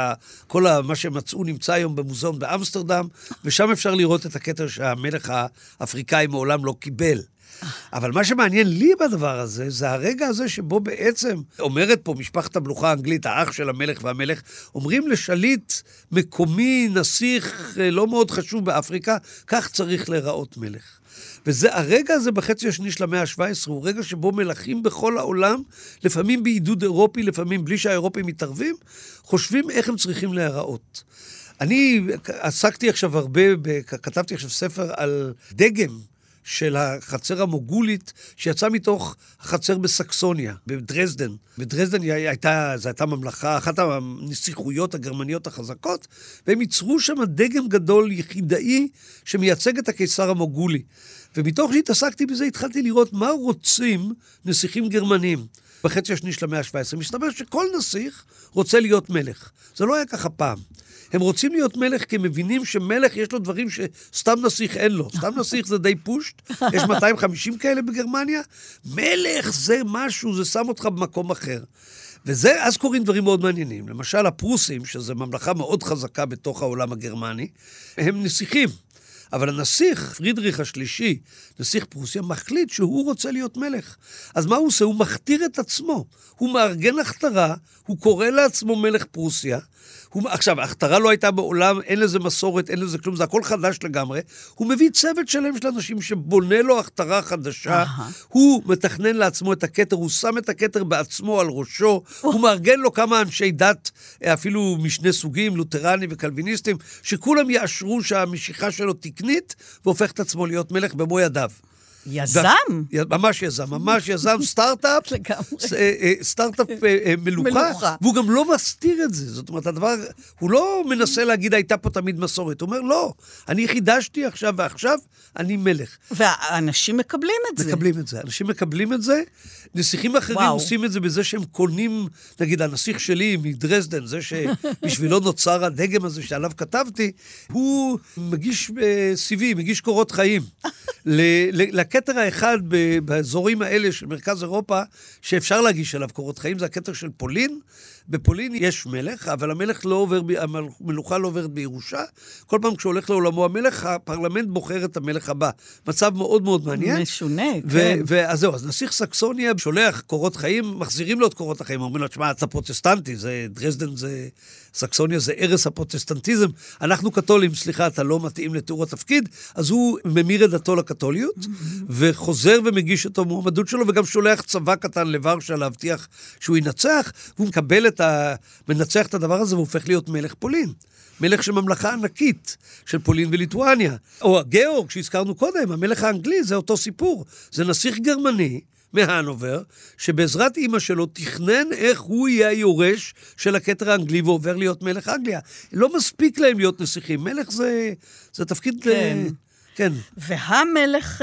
כל מה שמצאו נמצא היום במוזיאון באמסטרדם, ושם אפשר לראות את הכתר שהמלך האפריקאי מעולם לא קיבל. אבל מה שמעניין לי בדבר הזה, זה הרגע הזה שבו בעצם אומרת פה משפחת המלוכה האנגלית, האח של המלך והמלך, אומרים לשליט מקומי, נסיך, לא מאוד חשוב באפריקה, כך צריך להיראות מלך. וזה, הרגע הזה בחצי השני של המאה ה-שבע עשרה, הוא רגע שבו מלכים בכל העולם, לפעמים בעידוד אירופי, לפעמים בלי שהאירופים מתערבים, חושבים איך הם צריכים להיראות. אני עסקתי עכשיו הרבה, כתבתי עכשיו ספר על דגם של החצר המוגולית, שיצא מתוך החצר בסקסוניה, בדרזדן. בדרזדן הייתה, זו הייתה ממלכה, אחת הנסיכויות הגרמניות החזקות, והם ייצרו שם דגם גדול יחידאי, שמייצג את הקיסר המוגולי. ומתוך שהתעסקתי בזה, התחלתי לראות מה רוצים נסיכים גרמנים. בחצי השני של המאה ה-שבע עשרה, מסתבר שכל נסיך רוצה להיות מלך. זה לא היה ככה פעם. הם רוצים להיות מלך כי מבינים שמלך יש לו דברים שסתם נסיך אין לו. סתם נסיך זה די פושט, יש מאתיים וחמישים כאלה בגרמניה. מלך זה משהו, זה שם אותך במקום אחר. וזה, אז קוראים דברים מאוד מעניינים. למשל, הפרוסים, שזו ממלכה מאוד חזקה בתוך העולם הגרמני, הם נסיכים. אבל הנסיך, פרידריך השלישי, נסיך פרוסיה, מחליט שהוא רוצה להיות מלך. אז מה הוא עושה? הוא מכתיר את עצמו. הוא מארגן הכתרה, הוא קורא לעצמו מלך פרוסיה. הוא, עכשיו, ההכתרה לא הייתה בעולם, אין לזה מסורת, אין לזה כלום, זה הכל חדש לגמרי. הוא מביא צוות שלם של אנשים שבונה לו הכתרה חדשה, uh-huh. הוא מתכנן לעצמו את הכתר, הוא שם את הכתר בעצמו על ראשו, oh. הוא מארגן לו כמה אנשי דת, אפילו משני סוגים, לותרנים וקלוויניסטים, שכולם יאשרו שהמשיכה שלו תקנית, והופך את עצמו להיות מלך במו ידיו. יזם? ממש יזם, ממש יזם, סטארט-אפ, סטארט-אפ מלוכה, והוא גם לא מסתיר את זה. זאת אומרת, הדבר, הוא לא מנסה להגיד, הייתה פה תמיד מסורת. הוא אומר, לא, אני חידשתי עכשיו ועכשיו, אני מלך. והאנשים מקבלים את זה. מקבלים את זה. אנשים מקבלים את זה. נסיכים אחרים וואו. עושים את זה בזה שהם קונים, נגיד, הנסיך שלי מדרזדן, זה שבשבילו נוצר הדגם הזה שעליו כתבתי, הוא מגיש סי וי, מגיש קורות חיים. לכתר האחד באזורים האלה של מרכז אירופה, שאפשר להגיש עליו קורות חיים, זה הכתר של פולין. בפולין יש מלך, אבל המלך לא עובר, המלוכה לא עוברת בירושה. כל פעם כשהולך לעולמו המלך, הפרלמנט בוחר את המלך הבא. מצב מאוד מאוד מעניין. משונה, כן. אז זהו, אז נסיך סקסוניה שולח קורות חיים, מחזירים לו את קורות החיים, אומרים לו, תשמע, אתה פרוטסטנטי, זה, דרזדן זה, סקסוניה זה ערש הפרוטסטנטיזם, אנחנו קתולים, סליחה, אתה לא מתאים לתיאור התפקיד, אז הוא ממיר את דתו לקתוליות, וחוזר ומגיש את המועמדות שלו, וגם שולח צבא קטן לוורשה להבטיח שהוא ינצח, והוא מקבל את את ה... מנצח את הדבר הזה והופך להיות מלך פולין. מלך של ממלכה ענקית, של פולין וליטואניה. או הגיאורג, שהזכרנו קודם, המלך האנגלי, זה אותו סיפור. זה נסיך גרמני מהנובר, שבעזרת אמא שלו תכנן איך הוא יהיה היורש של הכתר האנגלי ועובר להיות מלך אנגליה. לא מספיק להם להיות נסיכים. מלך זה, זה תפקיד... כן. כן. והמלך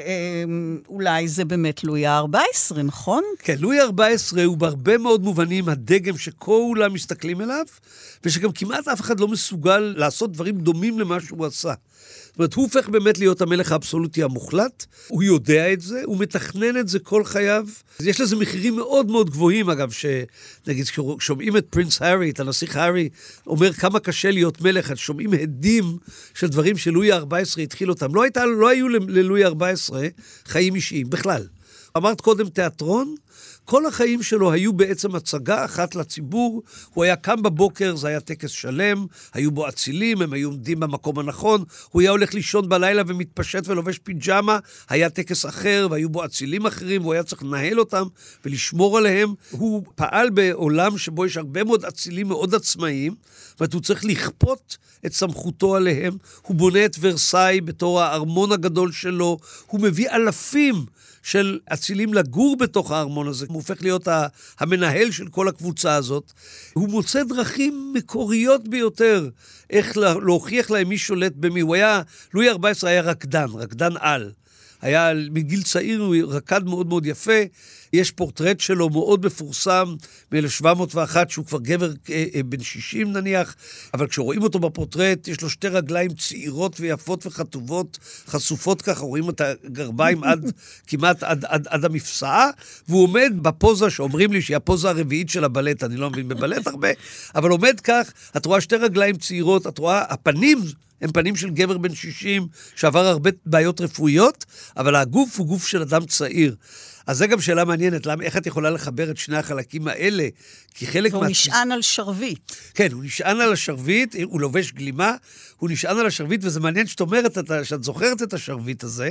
אולי זה באמת לואי ה-ארבע עשרה, נכון? כן, לואי ה-ארבע עשרה הוא בהרבה מאוד מובנים הדגם שכולם מסתכלים אליו, ושגם כמעט אף אחד לא מסוגל לעשות דברים דומים למה שהוא עשה. זאת אומרת, הוא הופך באמת להיות המלך האבסולוטי המוחלט, הוא יודע את זה, הוא מתכנן את זה כל חייו. יש לזה מחירים מאוד מאוד גבוהים, אגב, שנגיד, שומעים את פרינס הארי, את הנסיך הארי, אומר כמה קשה להיות מלך, אז שומעים הדים של דברים שלואי ה-ארבע עשרה התחיל אותם. לא, הייתה, לא היו ללואי ה-ארבע עשרה חיים אישיים, בכלל. אמרת קודם תיאטרון, כל החיים שלו היו בעצם הצגה אחת לציבור, הוא היה קם בבוקר, זה היה טקס שלם, היו בו אצילים, הם היו עומדים במקום הנכון, הוא היה הולך לישון בלילה ומתפשט ולובש פיג'מה, היה טקס אחר והיו בו אצילים אחרים, והוא היה צריך לנהל אותם ולשמור עליהם. הוא פעל בעולם שבו יש הרבה מאוד אצילים מאוד עצמאיים, והוא צריך לכפות את סמכותו עליהם, הוא בונה את ורסאי בתור הארמון הגדול שלו, הוא מביא אלפים של אצילים לגור בתוך הארמון הזה, הוא הופך להיות המנהל של כל הקבוצה הזאת, הוא מוצא דרכים מקוריות ביותר, איך להוכיח להם מי שולט במי, הוא היה, לואי ה-ארבע עשרה היה רקדן, רקדן על, היה מגיל צעיר, הוא רקד מאוד מאוד יפה, יש פורטרט שלו מאוד מפורסם, מ-אלף שבע מאות ואחת, שהוא כבר גבר בן שישים נניח, אבל כשרואים אותו בפורטרט, יש לו שתי רגליים צעירות ויפות וחטובות, חשופות ככה, רואים את הגרביים עד, כמעט עד, עד, עד המפסעה, והוא עומד בפוזה שאומרים לי שהיא הפוזה הרביעית של הבלט, אני לא מבין בבלט הרבה, אבל עומד כך, את רואה שתי רגליים צעירות, את רואה, הפנים הם פנים של גבר בן שישים, שעבר הרבה בעיות רפואיות, אבל הגוף הוא גוף של אדם צעיר. אז זה גם שאלה מעניינת, למה, איך את יכולה לחבר את שני החלקים האלה? כי חלק והוא מה... נשען על שרביט. כן, הוא נשען על השרביט, הוא לובש גלימה, הוא נשען על השרביט, וזה מעניין שאת אומרת, שאת זוכרת את השרביט הזה,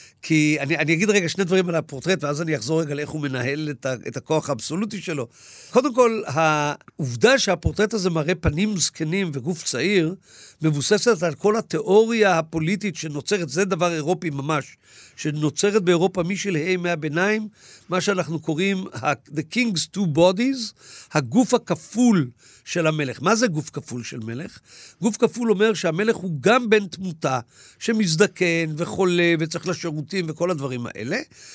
כי אני, אני אגיד רגע שני דברים על הפורטרט, ואז אני אחזור רגע לאיך הוא מנהל את, ה, את הכוח האבסולוטי שלו. קודם כל, העובדה שהפורטרט הזה מראה פנים זקנים וגוף צעיר, מבוססת על כל התיאוריה הפוליטית שנוצרת, זה דבר אירופי ממש, שנוצרת באירופה משלהי ימי הביניים, מה שאנחנו קוראים The King's Two Bodies, הגוף הכפול של המלך. מה זה גוף כפול של מלך? גוף כפול אומר שהמלך הוא גם בן תמותה, שמזדקן וחולה וצריך לשירותים וכל הדברים האלה,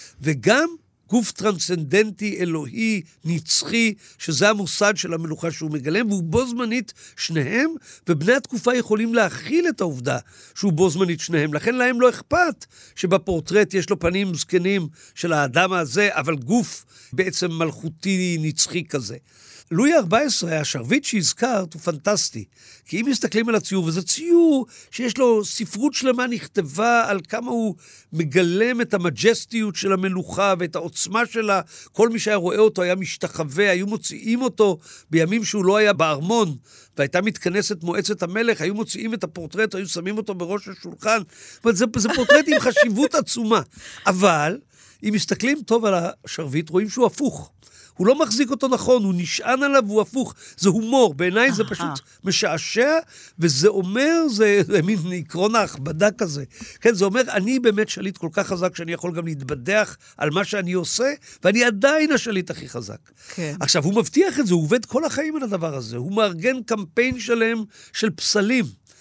וגם גוף טרנסצנדנטי, אלוהי, נצחי, שזה המוסד של המלוכה שהוא מגלם, והוא בו זמנית שניהם, ובני התקופה יכולים להכיל את העובדה שהוא בו זמנית שניהם. לכן להם לא אכפת שבפורטרט יש לו פנים זקנים של האדם הזה, אבל גוף בעצם מלכותי נצחי כזה. לואי ה-ארבע עשרה, השרביט שהזכרת, הוא פנטסטי. כי אם מסתכלים על הציור, וזה ציור שיש לו ספרות שלמה נכתבה על כמה הוא מגלם את המג'סטיות של המלוכה ואת העוצמה שלה. כל מי שהיה רואה אותו היה משתחווה, היו מוציאים אותו בימים שהוא לא היה בארמון, והייתה מתכנסת מועצת המלך, היו מוציאים את הפורטרט, היו שמים אותו בראש השולחן. זה, זה פורטרט עם חשיבות עצומה. אבל אם מסתכלים טוב על השרביט, רואים שהוא הפוך. הוא לא מחזיק אותו נכון, הוא נשען עליו והוא הפוך. זה הומור, בעיניי זה פשוט משעשע, וזה אומר, זה, זה מין עקרון ההכבדה כזה. כן, זה אומר, אני באמת שליט כל כך חזק, שאני יכול גם להתבדח על מה שאני עושה, ואני עדיין השליט הכי חזק. כן. עכשיו, הוא מבטיח את זה, הוא עובד כל החיים על הדבר הזה, הוא מארגן קמפיין שלם של פסלים.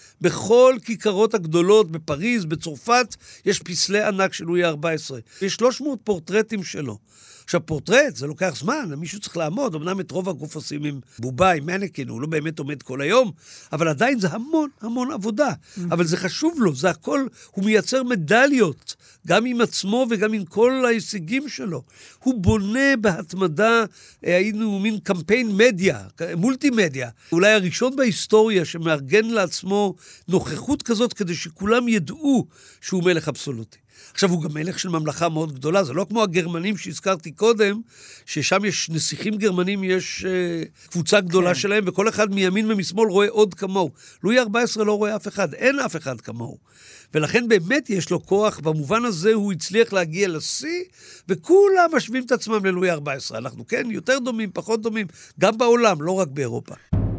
בכל כיכרות הגדולות, בפריז, בצרפת, יש פסלי ענק של לואי ה-ארבע עשרה. יש שלוש מאות פורטרטים שלו. עכשיו, פורטרט, זה לוקח זמן, מישהו צריך לעמוד, אמנם את רוב הגוף עושים עם בובה, עם מנקין, הוא לא באמת עומד כל היום, אבל עדיין זה המון, המון עבודה. אבל זה חשוב לו, זה הכל, הוא מייצר מדליות, גם עם עצמו וגם עם כל ההישגים שלו. הוא בונה בהתמדה, היינו מין קמפיין מדיה, מולטי מדיה, אולי הראשון בהיסטוריה שמארגן לעצמו נוכחות כזאת, כדי שכולם ידעו שהוא מלך אבסולוטי. עכשיו, הוא גם מלך של ממלכה מאוד גדולה, זה לא כמו הגרמנים שהזכרתי קודם, ששם יש נסיכים גרמנים, יש uh, קבוצה גדולה כן. שלהם, וכל אחד מימין ומשמאל רואה עוד כמוהו. לואי ארבע עשרה לא רואה אף אחד, אין אף אחד כמוהו. ולכן באמת יש לו כוח, במובן הזה הוא הצליח להגיע לשיא, וכולם משווים את עצמם ללואי ארבע עשרה. אנחנו כן יותר דומים, פחות דומים, גם בעולם, לא רק באירופה.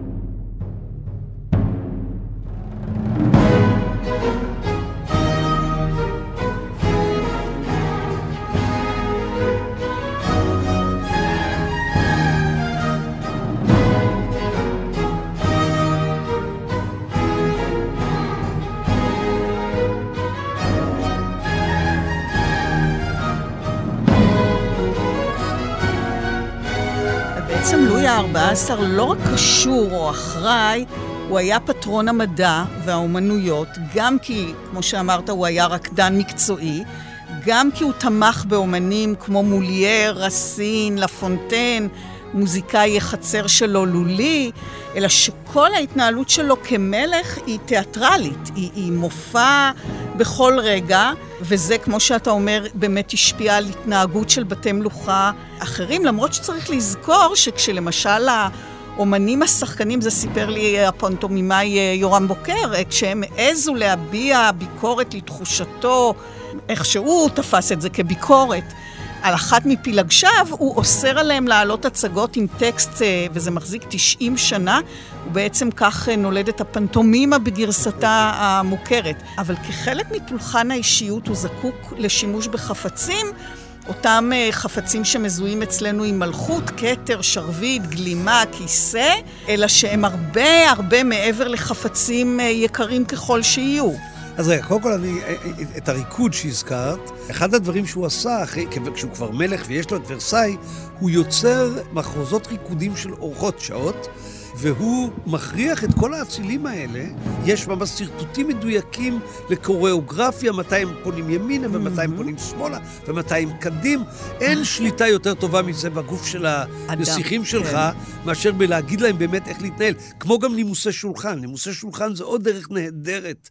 בעצם לואי ה-ארבע עשרה לא רק קשור או אחראי, הוא היה פטרון המדע והאומנויות, גם כי, כמו שאמרת, הוא היה רקדן מקצועי, גם כי הוא תמך באומנים כמו מולייר, רסין, לפונטן, מוזיקאי החצר שלו לולי, אלא שכל ההתנהלות שלו כמלך היא תיאטרלית, היא, היא מופע בכל רגע, וזה, כמו שאתה אומר, באמת השפיע על התנהגות של בתי מלוכה אחרים, למרות שצריך לזכור שכשלמשל האומנים השחקנים, זה סיפר לי הפנטומימאי יורם בוקר, כשהם העזו להביע ביקורת לתחושתו, איך שהוא תפס את זה כביקורת, על אחת מפילגשיו, הוא אוסר עליהם לעלות הצגות עם טקסט, וזה מחזיק תשעים שנה, ובעצם כך נולדת הפנטומימה בגרסתה המוכרת. אבל כחלק מפולחן האישיות הוא זקוק לשימוש בחפצים, אותם חפצים שמזוהים אצלנו עם מלכות, כתר, שרביט, גלימה, כיסא, אלא שהם הרבה הרבה מעבר לחפצים יקרים ככל שיהיו. אז רגע, קודם כל אני, את הריקוד שהזכרת, אחד הדברים שהוא עשה, אחרי, כשהוא כבר מלך ויש לו את ורסאי, הוא יוצר מחרוזות ריקודים של אורחות שעות, והוא מכריח את כל האצילים האלה, יש ממש סרטוטים מדויקים לקוריאוגרפיה, מתי הם פונים ימינה ומתי הם פונים שמאלה, ומתי הם קדים. אין שליטה יותר טובה מזה בגוף של הנסיכים שלך, מאשר בלהגיד להם באמת איך להתנהל. כמו גם נימוסי שולחן. נימוסי שולחן זה עוד דרך נהדרת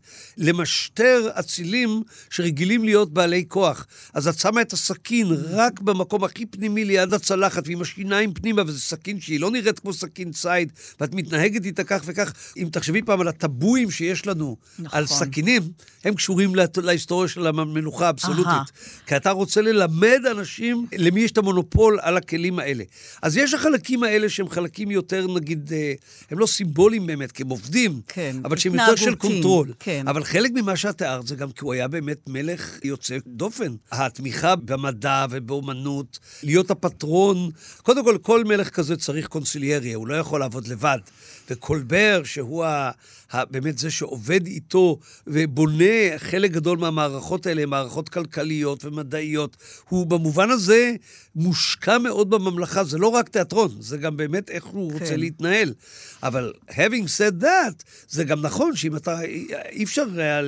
למשטר אצילים שרגילים להיות בעלי כוח. אז את שמה את הסכין רק במקום הכי פנימי ליד הצלחת, ועם השיניים פנימה, וזה סכין שהיא לא נראית כמו סכין צייד, ואת מתנהגת איתה כך וכך. אם תחשבי פעם על הטבויים שיש לנו נכון. על סכינים, הם קשורים לה, להיסטוריה של המלוכה האבסולוטית. Aha. כי אתה רוצה ללמד אנשים למי יש את המונופול על הכלים האלה. אז יש החלקים האלה שהם חלקים יותר, נגיד, הם לא סימבוליים באמת, כי הם עובדים, כן, אבל שהם יותר של קונטרול. כן. אבל חלק ממה שאת תיארת זה גם כי הוא היה באמת מלך יוצא דופן. התמיכה במדע ובאומנות, להיות הפטרון, קודם כל, כל מלך כזה צריך קונסילייריה, הוא לא יכול לעבוד לבד. וקולבר, שהוא ה, ה, באמת זה שעובד איתו ובונה חלק גדול מהמערכות האלה, מערכות כלכליות ומדעיות, הוא במובן הזה מושקע מאוד בממלכה. זה לא רק תיאטרון, זה גם באמת איך הוא כן. רוצה להתנהל. אבל having said that, זה גם נכון שאם אתה, אי אפשר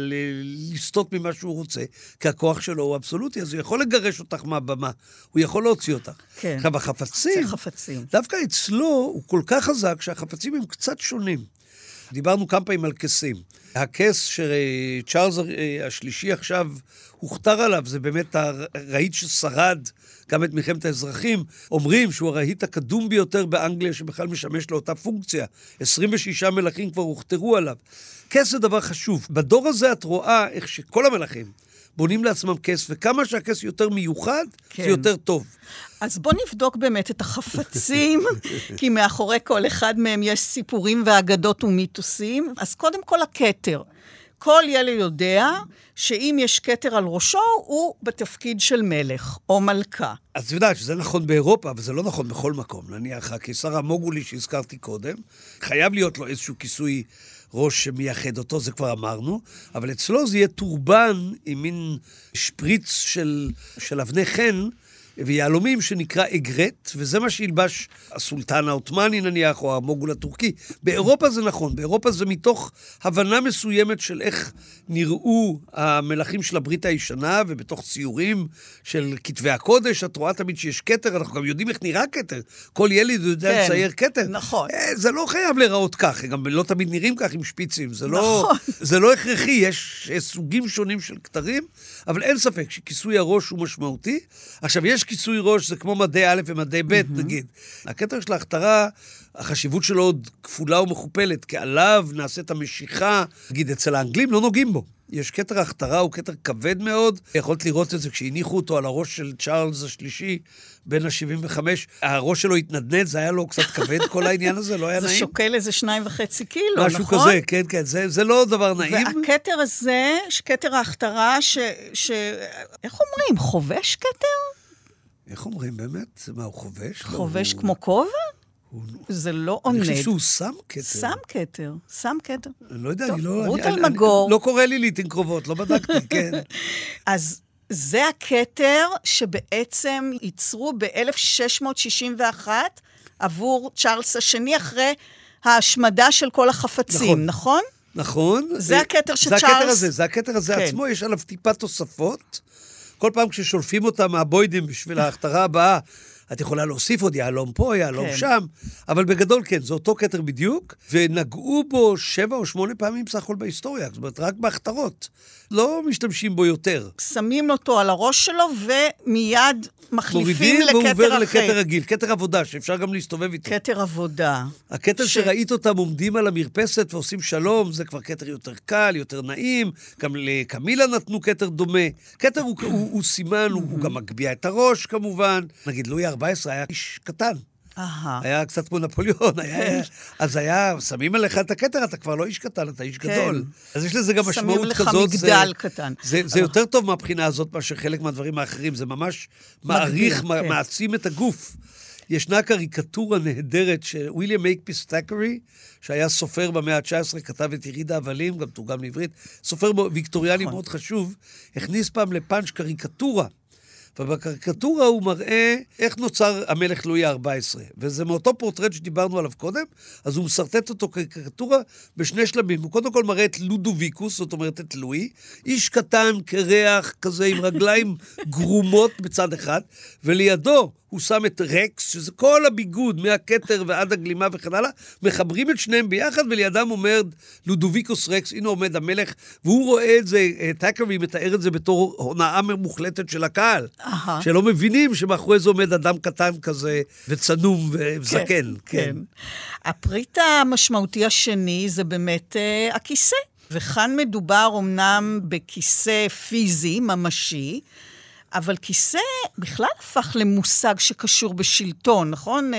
לסטות ממה שהוא רוצה, כי הכוח שלו הוא אבסולוטי, אז הוא יכול לגרש אותך מהבמה, הוא יכול להוציא אותך. כן. עכשיו, החפצים, חפצים. דווקא אצלו הוא כל כך חזק שהחפצים הם קצת שונים. דיברנו כמה פעמים על כסים. הכס שצ'ארלס השלישי עכשיו הוכתר עליו, זה באמת הרהיט ששרד גם את מלחמת האזרחים. אומרים שהוא הרהיט הקדום ביותר באנגליה שבכלל משמש לאותה פונקציה. עשרים ושישה מלכים כבר הוכתרו עליו. כס זה דבר חשוב. בדור הזה את רואה איך שכל המלכים בונים לעצמם כס, וכמה שהכס יותר מיוחד, כן. זה יותר טוב. אז בוא נבדוק באמת את החפצים, כי מאחורי כל אחד מהם יש סיפורים ואגדות ומיתוסים. אז קודם כל הכתר. כל ילד יודע שאם יש כתר על ראשו, הוא בתפקיד של מלך או מלכה. אז אתה יודעת שזה נכון באירופה, אבל זה לא נכון בכל מקום. נניח, הקיסר המוגולי שהזכרתי קודם, חייב להיות לו איזשהו כיסוי ראש שמייחד אותו, זה כבר אמרנו, אבל אצלו זה יהיה טורבן עם מין שפריץ של, של אבני חן, ויהלומים שנקרא אגרט, וזה מה שילבש הסולטן העות'מאני נניח, או המוגול הטורקי. באירופה זה נכון, באירופה זה מתוך הבנה מסוימת של איך נראו המלכים של הברית הישנה, ובתוך ציורים של כתבי הקודש, את רואה תמיד שיש כתר, אנחנו גם יודעים איך נראה כתר. כל ילד יודע כן, לצייר כתר. נכון. זה לא חייב להיראות כך, גם לא תמיד נראים כך עם שפיצים, זה לא, נכון. זה לא הכרחי, יש סוגים שונים של כתרים, אבל אין ספק שכיסוי הראש הוא משמעותי. עכשיו, יש כיסוי ראש, זה כמו מדי א' ומדי ב', mm-hmm. נגיד. הכתר של ההכתרה, החשיבות שלו עוד כפולה ומכופלת, כי עליו נעשה את המשיכה, נגיד, אצל האנגלים לא נוגעים בו. יש כתר ההכתרה, הוא כתר כבד מאוד. יכולת לראות את זה כשהניחו אותו על הראש של צ'ארלס השלישי, בין ה-שבעים וחמש. הראש שלו התנדנד, זה היה לו קצת כבד, כל העניין הזה, לא היה זה נעים. זה שוקל איזה שניים וחצי קילו, נכון? משהו כזה, כן, כן, זה, זה לא דבר נעים. והכתר הזה, כתר ההכתרה, ש, ש... איך אומרים? חובש כתר? איך אומרים באמת? מה, הוא חובש? חובש לא, כמו הוא... כובע? הוא... זה לא עונד. אני חושב שהוא שם כתר. שם כתר, שם כתר. אני לא יודע, טוב, אני לא... רות אני, אלמגור. אני, לא קורא לי לעתים קרובות, לא בדקתי, כן. אז זה הכתר שבעצם ייצרו ב-אלף שש מאות שישים ואחת עבור צ'ארלס השני, אחרי ההשמדה של כל החפצים, נכון? נכון. זה הכתר זה שצ'ארלס... הכתר הזה, זה הכתר הזה כן. עצמו, יש עליו טיפה תוספות. כל פעם כששולפים אותם מהבוידים בשביל ההכתרה הבאה, את יכולה להוסיף עוד יעלום פה, יעלום כן. שם, אבל בגדול כן, זה אותו כתר בדיוק, ונגעו בו שבע או שמונה פעמים בסך הכל בהיסטוריה, זאת אומרת, רק בהכתרות. לא משתמשים בו יותר. שמים אותו על הראש שלו, ומיד מחליפים לכתר אחר. מורידים, והוא עובר לכתר רגיל, כתר עבודה, שאפר גם להסתובב איתו. כתר עבודה. הכתר ש... שראית אותם עומדים על המרפסת ועושים שלום, זה כבר כתר יותר קל, יותר נעים, גם לקמילה נתנו כתר דומה. כתר הוא, הוא, הוא סימן, הוא, הוא גם מגביע את הראש כמובן. נגיד, לואי ארבע עשרה היה איש קטן. Aha. היה קצת כמו נפוליאון, היה, אז היה, שמים עליך את הכתר, אתה כבר לא איש קטן, אתה איש גדול. אז יש לזה גם משמעות כזאת. שמים לך מגדל קטן. זה, זה יותר טוב מהבחינה הזאת, מאשר חלק מהדברים האחרים, זה ממש מעריך, כן. מעצים את הגוף. ישנה קריקטורה נהדרת של וויליאם מייקפיס ת'קרי, שהיה סופר במאה ה-תשע עשרה, כתב את יריד האבלים, גם תורגם לעברית, סופר ויקטוריאני נכון. מאוד חשוב, הכניס פעם לפאנץ' קריקטורה, ובקריקטורה הוא מראה איך נוצר המלך לואי ה-ארבע עשרה. וזה מאותו פורטרט שדיברנו עליו קודם, אז הוא מסרטט אותו קריקטורה בשני שלבים. הוא קודם כל מראה את לודוויקוס, זאת אומרת את לואי, איש קטן, קרח, כזה עם רגליים גרומות בצד אחד, ולידו הוא שם את רקס, שזה כל הביגוד, מהכתר ועד הגלימה וכן הלאה, מחברים את שניהם ביחד, ולידם אומר לודוויקוס רקס, הנה עומד המלך, והוא רואה את זה, ת'קרי מתאר את זה בתור הונאה מוחלטת של הקהל, Aha. שלא מבינים שמאחורי זה עומד אדם קטן כזה, וצנום וזקן. כן, כן. הפריט המשמעותי השני זה באמת uh, הכיסא, וכאן מדובר אמנם בכיסא פיזי, ממשי, אבל כיסא בכלל הפך למושג שקשור בשלטון, נכון?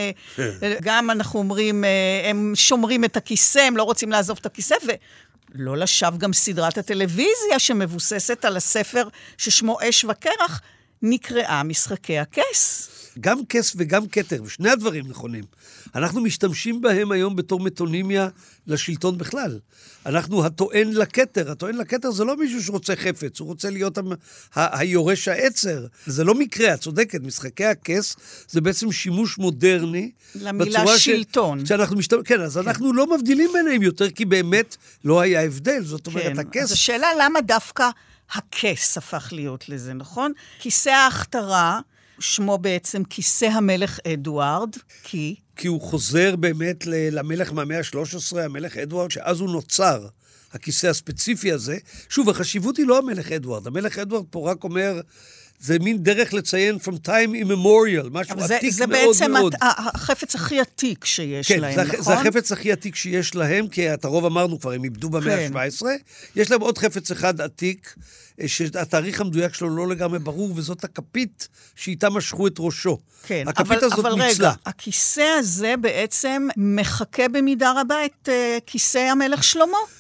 גם אנחנו אומרים, הם שומרים את הכיסא, הם לא רוצים לעזוב את הכיסא, ולא לשווא גם סדרת הטלוויזיה שמבוססת על הספר ששמו אש וקרח, נקראה משחקי הכס. גם כס וגם כתר, ושני הדברים נכונים. אנחנו משתמשים בהם היום בתור מטונימיה לשלטון בכלל. אנחנו הטוען לכתר. הטוען לכתר זה לא מישהו שרוצה חפץ, הוא רוצה להיות ה- ה- היורש העצר. זה לא מקרה, את צודקת. משחקי הכס זה בעצם שימוש מודרני. למילה שלטון. ש... שאנחנו משת... כן, אז כן. אנחנו לא מבדילים ביניהם יותר, כי באמת לא היה הבדל. זאת אומרת, כן. הכס... אז השאלה למה דווקא הכס הפך להיות לזה, נכון? כיסא ההכתרה, שמו בעצם כיסא המלך אדוארד, כי... כי הוא חוזר באמת למלך מהמאה ה-שלוש עשרה, המלך אדוארד, שאז הוא נוצר, הכיסא הספציפי הזה. שוב, החשיבות היא לא המלך אדוארד. המלך אדוארד פה רק אומר, זה מין דרך לציין from time immemorial, משהו זה, עתיק זה מאוד מאוד. זה בעצם החפץ הכי עתיק שיש כן, להם, זה, נכון? זה החפץ הכי עתיק שיש להם, כי את הרוב אמרנו כבר, הם איבדו במאה ה-שבע עשרה. כן. יש להם עוד חפץ אחד עתיק, שהתאריך המדויק שלו לא לגמרי ברור, וזאת הכפית שאיתה משכו את ראשו. כן, הכפית אבל, הזאת אבל ניצלה. רגע, הכיסא הזה בעצם מחכה במידה רבה את uh, כיסא המלך שלמה?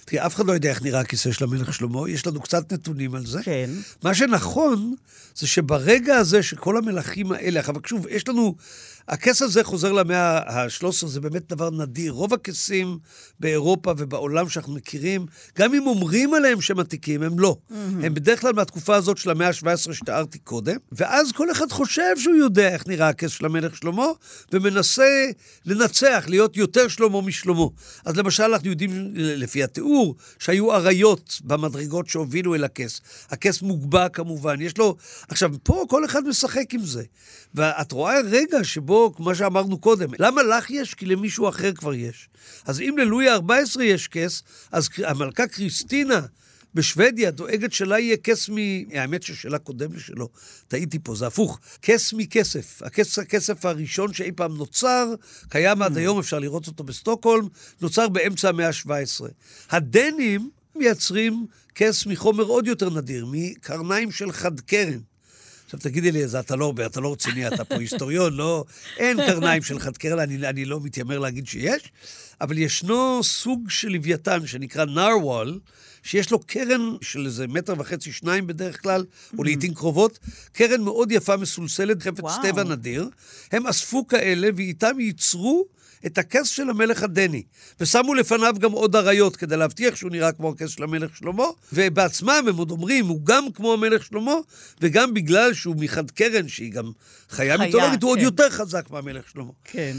תראה, אף אחד לא יודע איך נראה הכיסא של המלך שלמה, יש לנו קצת נתונים על זה. כן. מה שנכון, זה שברגע הזה שכל המלכים האלה, אבל שוב, יש לנו, הכס הזה חוזר למאה ה-שלוש עשרה, זה באמת דבר נדיר. רוב הכסים באירופה ובעולם שאנחנו מכירים, גם אם אומרים עליהם שהם עתיקים, הם לא. Mm-hmm. הם בדרך כלל מהתקופה הזאת של המאה ה-שבע עשרה שתיארתי קודם, ואז כל אחד חושב שהוא יודע איך נראה הכס של המלך שלמה, ומנסה לנצח, להיות יותר שלמה משלמה. אז למשל, אנחנו יודעים לפי התיאור, שהיו עריות במדרגות שהובילו אל הכס. הכס מוגבע כמובן, יש לו... עכשיו, פה כל אחד משחק עם זה. ואת רואה רגע שבו, כמו שאמרנו קודם, למה לך יש? כי למישהו אחר כבר יש. אז אם ללואי ה-ארבע עשרה יש כס, אז המלכה קריסטינה בשוודיה דואגת שלה יהיה כס מ... האמת ששאלה קודם לשלו, טעיתי פה, זה הפוך. כס מכסף. הכס, הכסף הראשון שאי פעם נוצר, קיים עד היום, אפשר לראות אותו בסטוקהולם, נוצר באמצע המאה ה-שבע עשרה. הדנים מייצרים כס מחומר עוד יותר נדיר, מקרניים של חד קרן. עכשיו תגידי לי, אתה לא, אתה לא רציני, אתה פה היסטוריון, לא, אין קרניים של חד קרן, אני, אני לא מתיימר להגיד שיש, אבל ישנו סוג של לוויתן שנקרא נרוול, שיש לו קרן של איזה מטר וחצי, שניים בדרך כלל, או לעתים קרובות, קרן מאוד יפה, מסולסלת, חפץ טבע נדיר. הם אספו כאלה, ואיתם ייצרו את הכס של המלך הדני, ושמו לפניו גם עוד עריות, כדי להבטיח שהוא נראה כמו הכס של המלך שלמה, ובעצמם הם עוד אומרים, הוא גם כמו המלך שלמה, וגם בגלל שהוא מחד קרן, שהיא גם חיה מיתולוגית, הוא עוד יותר חזק מהמלך שלמה. כן.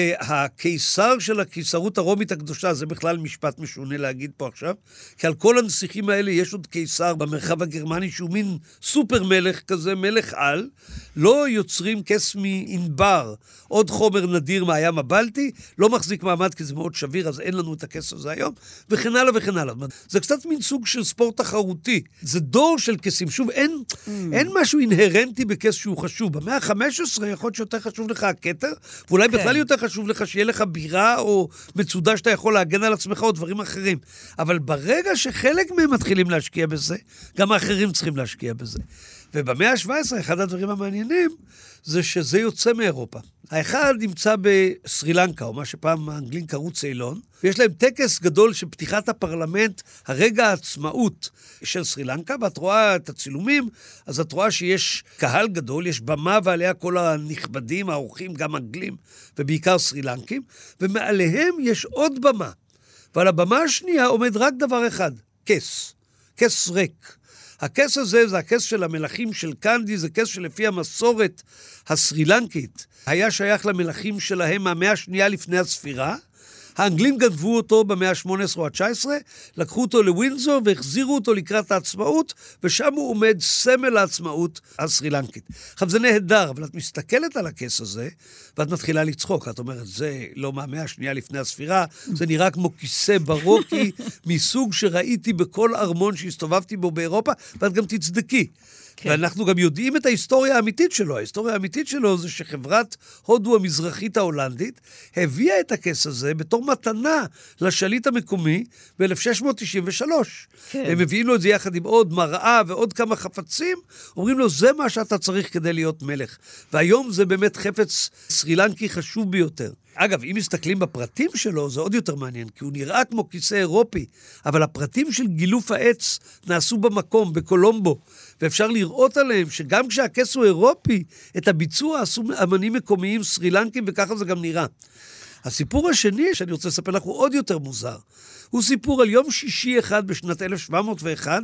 והקיסר של הקיסרות הרומית הקדושה, זה בכלל משפט משונה להגיד פה עכשיו, כי על כל הנסיכים האלה יש עוד קיסר במרחב הגרמני, שהוא מין סופר מלך כזה, מלך על, לא יוצרים כס מענבר, עוד חומר נדיר מהים הבלטי, לא מחזיק מעמד כי זה מאוד שביר, אז אין לנו את הכס הזה היום, וכן הלאה וכן הלאה. זה קצת מין סוג של ספורט תחרותי. זה דור של כסים. שוב, אין, mm. אין משהו אינהרנטי בכס שהוא חשוב. במאה ה-חמש עשרה יכול להיות שיותר חשוב לך הכתר, ואולי כן. בכלל יותר חשוב לך שיהיה לך בירה או מצודה שאתה יכול להגן על עצמך או דברים אחרים. אבל ברגע שחלק מהם מתחילים להשקיע בזה, גם האחרים צריכים להשקיע בזה. ובמאה ה-שבע עשרה, אחד הדברים המעניינים, זה שזה יוצא מאירופה. האחד נמצא בסרילנקה, או מה שפעם האנגלים קראו ציילון, ויש להם טקס גדול של פתיחת הפרלמנט, הרגע העצמאות של סרילנקה, ואת רואה את הצילומים, אז את רואה שיש קהל גדול, יש במה ועליה כל הנכבדים, האורחים, גם אנגלים, ובעיקר סרילנקים, ומעליהם יש עוד במה, ועל הבמה השנייה עומד רק דבר אחד, כס, כס ריק. הכס הזה זה הכס של המלכים של קנדי, זה כס שלפי המסורת הסרילנקית היה שייך למלכים שלהם מהמאה השנייה לפני הספירה. האנגלים גנבו אותו במאה ה-שמונה עשרה או ה-תשע עשרה, לקחו אותו לווינזור והחזירו אותו לקראת העצמאות, ושם הוא עומד סמל העצמאות הסרילנקית. עכשיו זה נהדר, אבל את מסתכלת על הכס הזה, ואת מתחילה לצחוק. את אומרת, זה לא מהמאה השנייה לפני הספירה, זה נראה כמו כיסא ברוקי, מסוג שראיתי בכל ארמון שהסתובבתי בו באירופה, ואת גם תצדקי. כן. ואנחנו גם יודעים את ההיסטוריה האמיתית שלו. ההיסטוריה האמיתית שלו זה שחברת הודו המזרחית ההולנדית הביאה את הכס הזה בתור מתנה לשליט המקומי ב-אלף שש מאות תשעים ושלוש. כן. הם מביאים לו את זה יחד עם עוד מראה ועוד כמה חפצים, אומרים לו, זה מה שאתה צריך כדי להיות מלך. והיום זה באמת חפץ סרילנקי חשוב ביותר. אגב, אם מסתכלים בפרטים שלו, זה עוד יותר מעניין, כי הוא נראה כמו כיסא אירופי, אבל הפרטים של גילוף העץ נעשו במקום, בקולומבו, ואפשר לראות עליהם שגם כשהכס הוא אירופי, את הביצוע עשו אמנים מקומיים סרילנקים, וככה זה גם נראה. הסיפור השני שאני רוצה לספר לך הוא עוד יותר מוזר. הוא סיפור על יום שישי אחד בשנת אלף שבע מאות ואחת,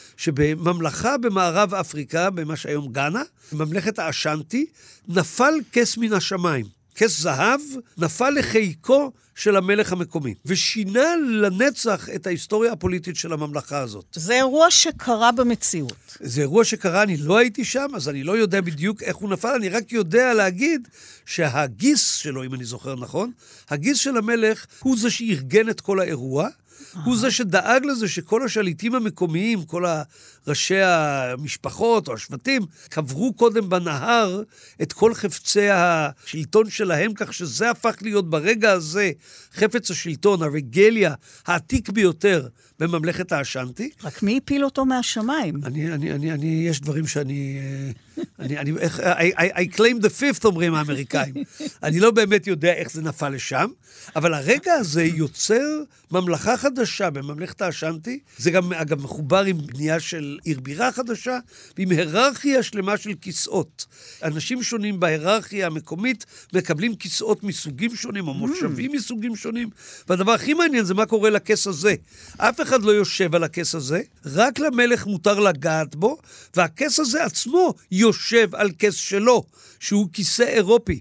שבממלכה במערב אפריקה, במה שהיום גאנה, ממלכת האשנטי, נפל כס מן השמיים. כס זהב נפל לחיקו של המלך המקומי, ושינה לנצח את ההיסטוריה הפוליטית של הממלכה הזאת. זה אירוע שקרה במציאות. זה אירוע שקרה, אני לא הייתי שם, אז אני לא יודע בדיוק איך הוא נפל, אני רק יודע להגיד שהגיס שלו, אם אני זוכר נכון, הגיס של המלך הוא זה שארגן את כל האירוע, הוא זה שדאג לזה שכל השליטים המקומיים, כל ראשי המשפחות או השבטים, קברו קודם בנהר את כל חפצי השלטון שלהם, כך שזה הפך להיות ברגע הזה חפץ השלטון, הרגליה העתיק ביותר בממלכת האשנטי. רק מי הפיל אותו מהשמיים? אני, אני, אני, אני, יש דברים שאני... אני, אני, I, I, I claim the fifth, אומרים האמריקאים. אני לא באמת יודע איך זה נפל לשם, אבל הרגע הזה יוצר ממלכה חדשה בממלכת האשנטי. זה גם, אגב, מחובר עם בנייה של עיר בירה חדשה, ועם היררכיה שלמה של כיסאות. אנשים שונים בהיררכיה המקומית מקבלים כיסאות מסוגים שונים, או מושבים מסוגים שונים. והדבר הכי מעניין זה מה קורה לכס הזה. אף אחד לא יושב על הכס הזה, רק למלך מותר לגעת בו, והכס הזה עצמו יושב על כס שלו, שהוא כיסא אירופי.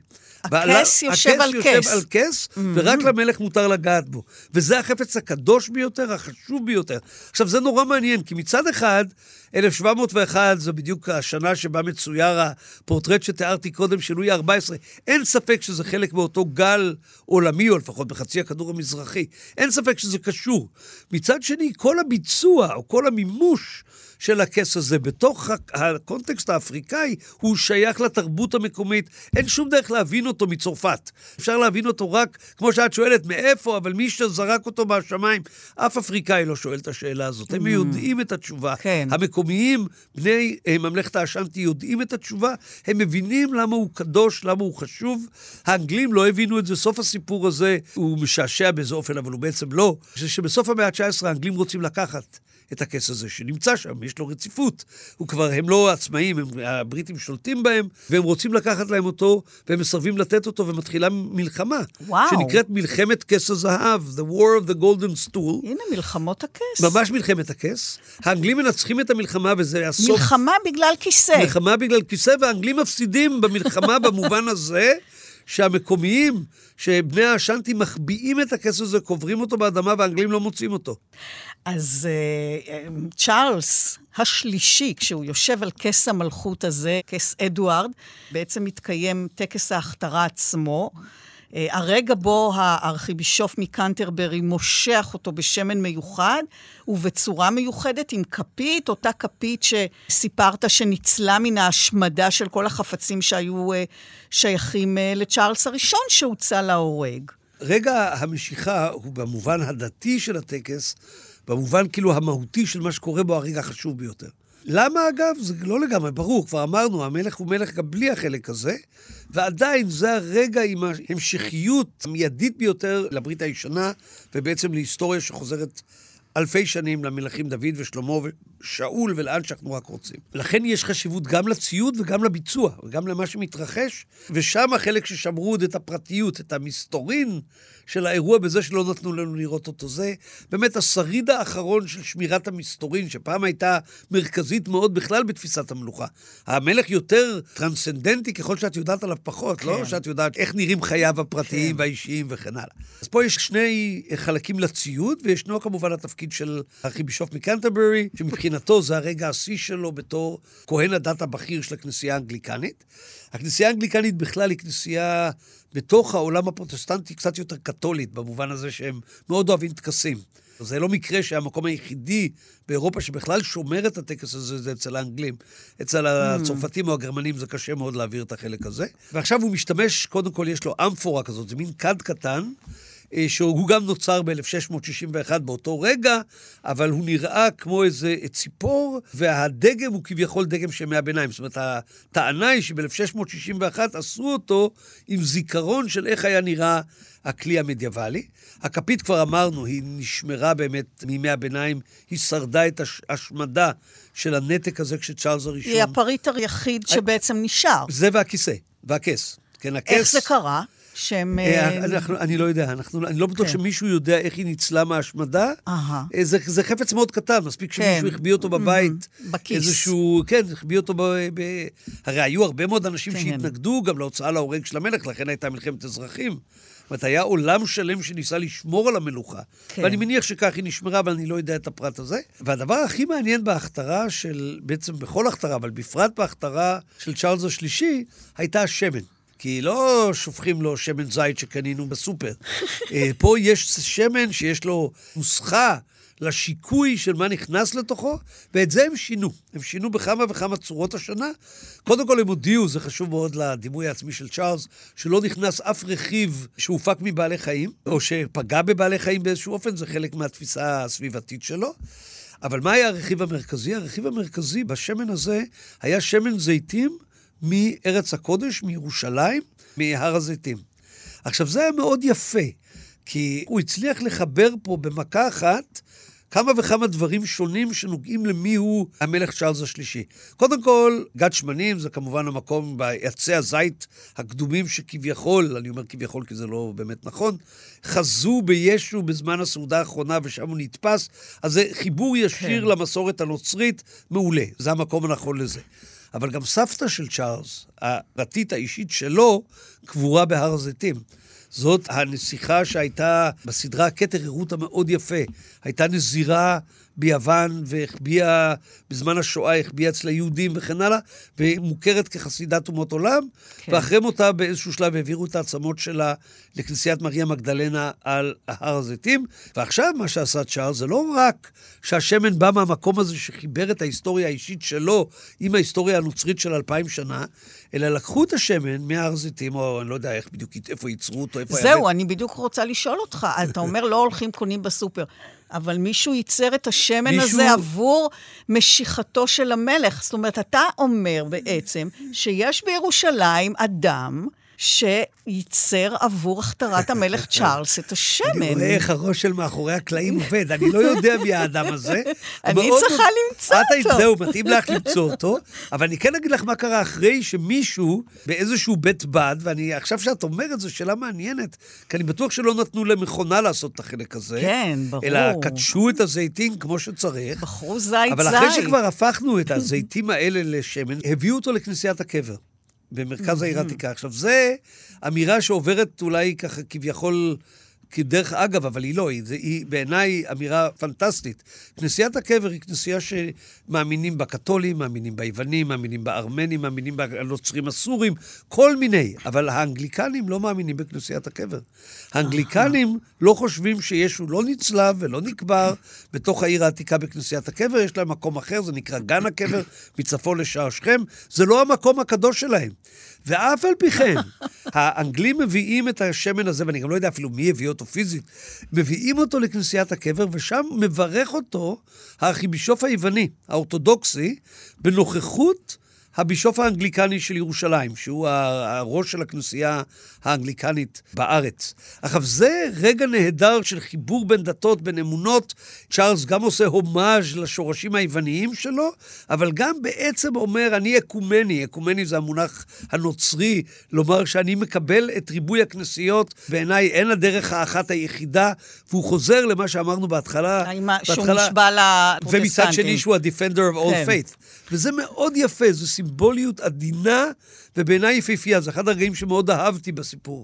הכס יושב על כס. הכס יושב על כס, ורק למלך מותר לגעת בו. וזה החפץ הקדוש ביותר, החשוב ביותר. עכשיו, זה נורא מעניין, כי מצד אחד, אלף שבע מאות ואחת זה בדיוק השנה שבה מצויר הפורטרט שתיארתי קודם של לואי ה-ארבע עשרה. אין ספק שזה חלק מאותו גל עולמי, או לפחות בחצי הכדור המזרחי. אין ספק שזה קשור. מצד שני, כל הביצוע, או כל המימוש של הכס הזה, בתוך הקונטקסט האפריקאי, הוא שייך לתרבות המקומית. אין שום דרך להבין אותו מצרפת. אפשר להבין אותו רק, כמו שאת שואלת, מאיפה, אבל מי שזרק אותו מהשמיים, אף אפריקאי לא שואל את השאלה הזאת. הם יודעים את התשובה. כן. המקומיים, בני ממלכת האשנטי, יודעים את התשובה. הם מבינים למה הוא קדוש, למה הוא חשוב. האנגלים לא הבינו את זה. סוף הסיפור הזה הוא משעשע באיזה אופן, אבל הוא בעצם לא. שבסוף המאה ה-תשע עשרה האנגלים רוצים לקחת את הכס הזה שנמצא שם, יש לו רציפות. הוא כבר, הם לא עצמאים, הם, הבריטים שולטים בהם, והם רוצים לקחת להם אותו, והם מסרבים לתת אותו, ומתחילה מלחמה. וואו. שנקראת מלחמת כס הזהב, the war of the golden stool. הנה, מלחמות הכס. ממש מלחמת הכס. האנגלים מנצחים את המלחמה, וזה הסוף. מלחמה בגלל כיסא. מלחמה בגלל כיסא, והאנגלים מפסידים במלחמה במובן הזה, שהמקומיים, שבני האשנטי מחביאים את הכס הזה, קוברים אותו באדמה, והאנגלים לא מוצאים אותו. אז uh, צ'ארלס השלישי, כשהוא יושב על כס המלכות הזה, כס אדוארד, בעצם מתקיים טקס ההכתרה עצמו. Uh, הרגע בו הארכיבישוף מקנטרברי מושך אותו בשמן מיוחד, ובצורה מיוחדת עם כפית, אותה כפית שסיפרת שניצלה מן ההשמדה של כל החפצים שהיו uh, שייכים uh, לצ'ארלס הראשון שהוצא להורג. רגע המשיכה הוא במובן הדתי של הטקס, במובן כאילו המהותי של מה שקורה בו הרגע החשוב ביותר. למה אגב? זה לא לגמרי ברור, כבר אמרנו, המלך הוא מלך גם בלי החלק הזה, ועדיין זה הרגע עם ההמשכיות המיידית ביותר לברית הישנה, ובעצם להיסטוריה שחוזרת אלפי שנים למלכים דוד ושלמה ושאול ולאן שאנחנו רק רוצים. לכן יש חשיבות גם לציוד וגם לביצוע, וגם למה שמתרחש, ושם החלק ששמרו עוד את הפרטיות, את המסתורין של האירוע בזה שלא נתנו לנו לראות אותו. זה באמת השריד האחרון של שמירת המסתורין, שפעם הייתה מרכזית מאוד בכלל בתפיסת המלוכה. המלך יותר טרנסצנדנטי ככל שאת יודעת עליו פחות, כן. לא שאת יודעת איך נראים חייו הפרטיים כן. והאישיים וכן הלאה. אז פה יש שני חלקים לציוד, וישנו כמובן התפקיד של הארכיבישוף מקנטרברי, שמבחינתו זה הרגע השיא שלו בתור כהן הדת הבכיר של הכנסייה האנגליקנית. הכנסייה האנגליקנית בכלל היא כנסייה בתוך העולם הפרוטסטנטי קצת יותר קתולית, במובן הזה שהם מאוד אוהבים טקסים. זה לא מקרה שהמקום היחידי באירופה שבכלל שומר את הטקס הזה, זה אצל האנגלים. אצל הצרפתים או הגרמנים זה קשה מאוד להעביר את החלק הזה. ועכשיו הוא משתמש, קודם כל יש לו אמפורה כזאת, זה מין כד קטן, שהוא גם נוצר ב-אלף שש מאות שישים ואחת באותו רגע, אבל הוא נראה כמו איזה ציפור, והדגם הוא כביכול דגם של ימי הביניים. זאת אומרת, הטענה היא שב-אלף שש מאות שישים ואחת עשו אותו עם זיכרון של איך היה נראה הכלי המדיאבלי. הכפית כבר אמרנו, היא נשמרה באמת מימי הביניים, היא שרדה את השמדה של הנתק הזה כשצ'ארלס הראשון. היא הפריט היחיד שבעצם נשאר. זה והכיסא, והכס. כן, הכס. איך זה קרה? שהם... אנחנו, אני לא יודע, אנחנו, אני לא בטוח כן. שמישהו יודע איך היא ניצלה מההשמדה. זה, זה חפץ מאוד קטן, מספיק שמישהו כן. החביא אותו בבית. בכיס. איזשהו, כן, החביא אותו ב... ב... הרי היו הרבה מאוד אנשים כן. שהתנגדו גם להוצאה להורג של המלך, לכן הייתה מלחמת אזרחים. זאת אומרת, היה עולם שלם שניסה לשמור על המלוכה. כן. ואני מניח שכך היא נשמרה, אבל אני לא יודע את הפרט הזה. והדבר הכי מעניין בהכתרה של, בעצם בכל הכתרה, אבל בפרט בהכתרה של צ'ארלס השלישי, הייתה השמן. כי לא שופכים לו שמן זית שקנינו בסופר. פה יש שמן שיש לו נוסחה לשיקוי של מה נכנס לתוכו, ואת זה הם שינו. הם שינו בכמה וכמה צורות השנה. קודם כל הם הודיעו, זה חשוב מאוד לדימוי העצמי של צ'ארלס, שלא נכנס אף רכיב שהופק מבעלי חיים, או שפגע בבעלי חיים באיזשהו אופן, זה חלק מהתפיסה הסביבתית שלו. אבל מה היה הרכיב המרכזי? הרכיב המרכזי בשמן הזה היה שמן זיתים מארץ הקודש, מירושלים, מהר הזיתים. עכשיו, זה היה מאוד יפה, כי הוא הצליח לחבר פה במכה אחת כמה וכמה דברים שונים שנוגעים למי הוא המלך צ'ארלס השלישי. קודם כל, גת שמנים זה כמובן המקום בעצי הזית הקדומים שכביכול, אני אומר כביכול כי זה לא באמת נכון, חזו בישו בזמן הסעודה האחרונה ושם הוא נתפס, אז זה חיבור ישיר כן. למסורת הנוצרית מעולה, זה המקום הנכון לזה. אבל גם סבתא של צ'ארלס, הפרטית האישית שלו, קבורה בהר הזיתים. זאת הנסיכה שהייתה בסדרה כתר ערות המאוד יפה. הייתה נזירה ביוון והחביאה, בזמן השואה החביאה אצל היהודים וכן הלאה, ומוכרת כחסידת אומות עולם, כן. ואחרי מותה באיזשהו שלב העבירו את העצמות שלה לכנסיית מריה מגדלנה על הר הזיתים, ועכשיו מה שעשה צ'ארלס זה לא רק שהשמן בא מהמקום הזה שחיבר את ההיסטוריה האישית שלו עם ההיסטוריה הנוצרית של אלפיים שנה, אלא לקחו את השמן מהר הזיתים, או אני לא יודע איך בדיוק, איפה ייצרו אותו, איפה... זהו, אני בדיוק רוצה לשאול אותך, אתה אומר לא הולכים קונים בסופר, אבל מישהו ייצר את השמן מישהו... הזה עבור משיכתו של המלך. זאת אומרת, אתה אומר בעצם שיש בירושלים אדם שייצר עבור הכתרת המלך צ'ארלס את השמן. אני רואה איך הראש של מאחורי הקלעים עובד, אני לא יודע מי האדם הזה. אני צריכה למצוא אותו. זהו, מתאים לך למצוא אותו, אבל אני כן אגיד לך מה קרה אחרי שמישהו באיזשהו בית בד, ואני עכשיו שאת אומרת, זו שאלה מעניינת, כי אני בטוח שלא נתנו למכונה לעשות את החלק הזה. כן, ברור. אלא קדשו את הזיתים כמו שצריך. בחרו זית זית. אבל אחרי שכבר הפכנו את הזיתים האלה לשמן, הביאו אותו לכנסיית הקבר. במרכז העיר העתיקה. עכשיו, זה אמירה שעוברת אולי ככה כביכול כדרך אגב, אבל היא לא, היא, היא בעיניי אמירה פנטסטית. כנסיית הקבר היא כנסייה שמאמינים בקתולים, מאמינים ביוונים, מאמינים בארמנים, מאמינים בנוצרים הסורים, כל מיני, אבל האנגליקנים לא מאמינים בכנסיית הקבר. האנגליקנים לא חושבים שישו לא נצלב ולא נקבר בתוך העיר העתיקה בכנסיית הקבר, יש להם מקום אחר, זה נקרא גן הקבר, מצפון לשער שכם, זה לא המקום הקדוש שלהם. ואף על פי כן, האנגלים מביאים את השמן הזה, ואני גם לא יודע אפילו מי הביא אותו פיזית, מביאים אותו לכנסיית הקבר, ושם מברך אותו הארכיבישוף היווני, האורתודוקסי, בנוכחות הבישוף האנגליקני של ירושלים, שהוא הראש של הכנסייה האנגליקנית בארץ. עכשיו, זה רגע נהדר של חיבור בין דתות, בין אמונות. צ'ארלס גם עושה הומאז' לשורשים היווניים שלו, אבל גם בעצם אומר, אני אקומני, אקומני זה המונח הנוצרי, לומר שאני מקבל את ריבוי הכנסיות, בעיניי אין הדרך האחת היחידה, והוא חוזר למה שאמרנו בהתחלה. שהוא נשבע לפרוטסטנטים. ומצד שני שהוא ה-defender of all faith. וזה מאוד יפה, זו סימבוליות עדינה, ובעיניי יפהפייה, זה אחד הרגעים שמאוד אהבתי בסיפור.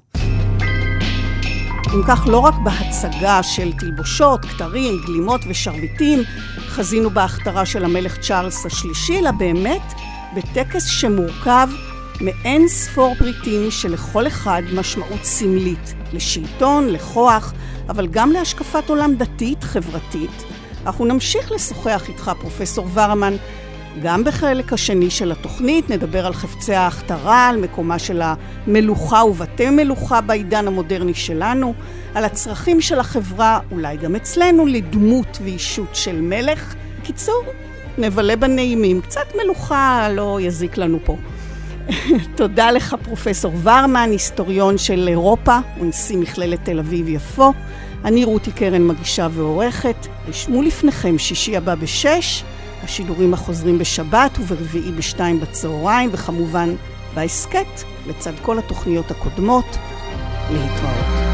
אם כך, לא רק בהצגה של תלבושות, כתרים, גלימות ושרביטים, חזינו בהכתרה של המלך צ'ארלס השלישי, אלא באמת בטקס שמורכב מאין ספור פריטים שלכל אחד משמעות סמלית, לשלטון, לכוח, אבל גם להשקפת עולם דתית, חברתית. אנחנו נמשיך לשוחח איתך, פרופסור ורמן, גם בחלק השני של התוכנית נדבר על חפצי ההכתרה, על מקומה של המלוכה ובתי מלוכה בעידן המודרני שלנו, על הצרכים של החברה, אולי גם אצלנו, לדמות ואישות של מלך. קיצור, נבלה בנעימים, קצת מלוכה לא יזיק לנו פה. תודה לך פרופסור ורמן, היסטוריון של אירופה ונשיא מכללת תל אביב יפו. אני רותי קרן מגישה ועורכת. רשמו לפניכם שישי הבא בשש, השידורים החוזרים בשבת וברביעי בשתיים בצהריים, וכמובן בהסקט, לצד כל התוכניות הקודמות, להתראות.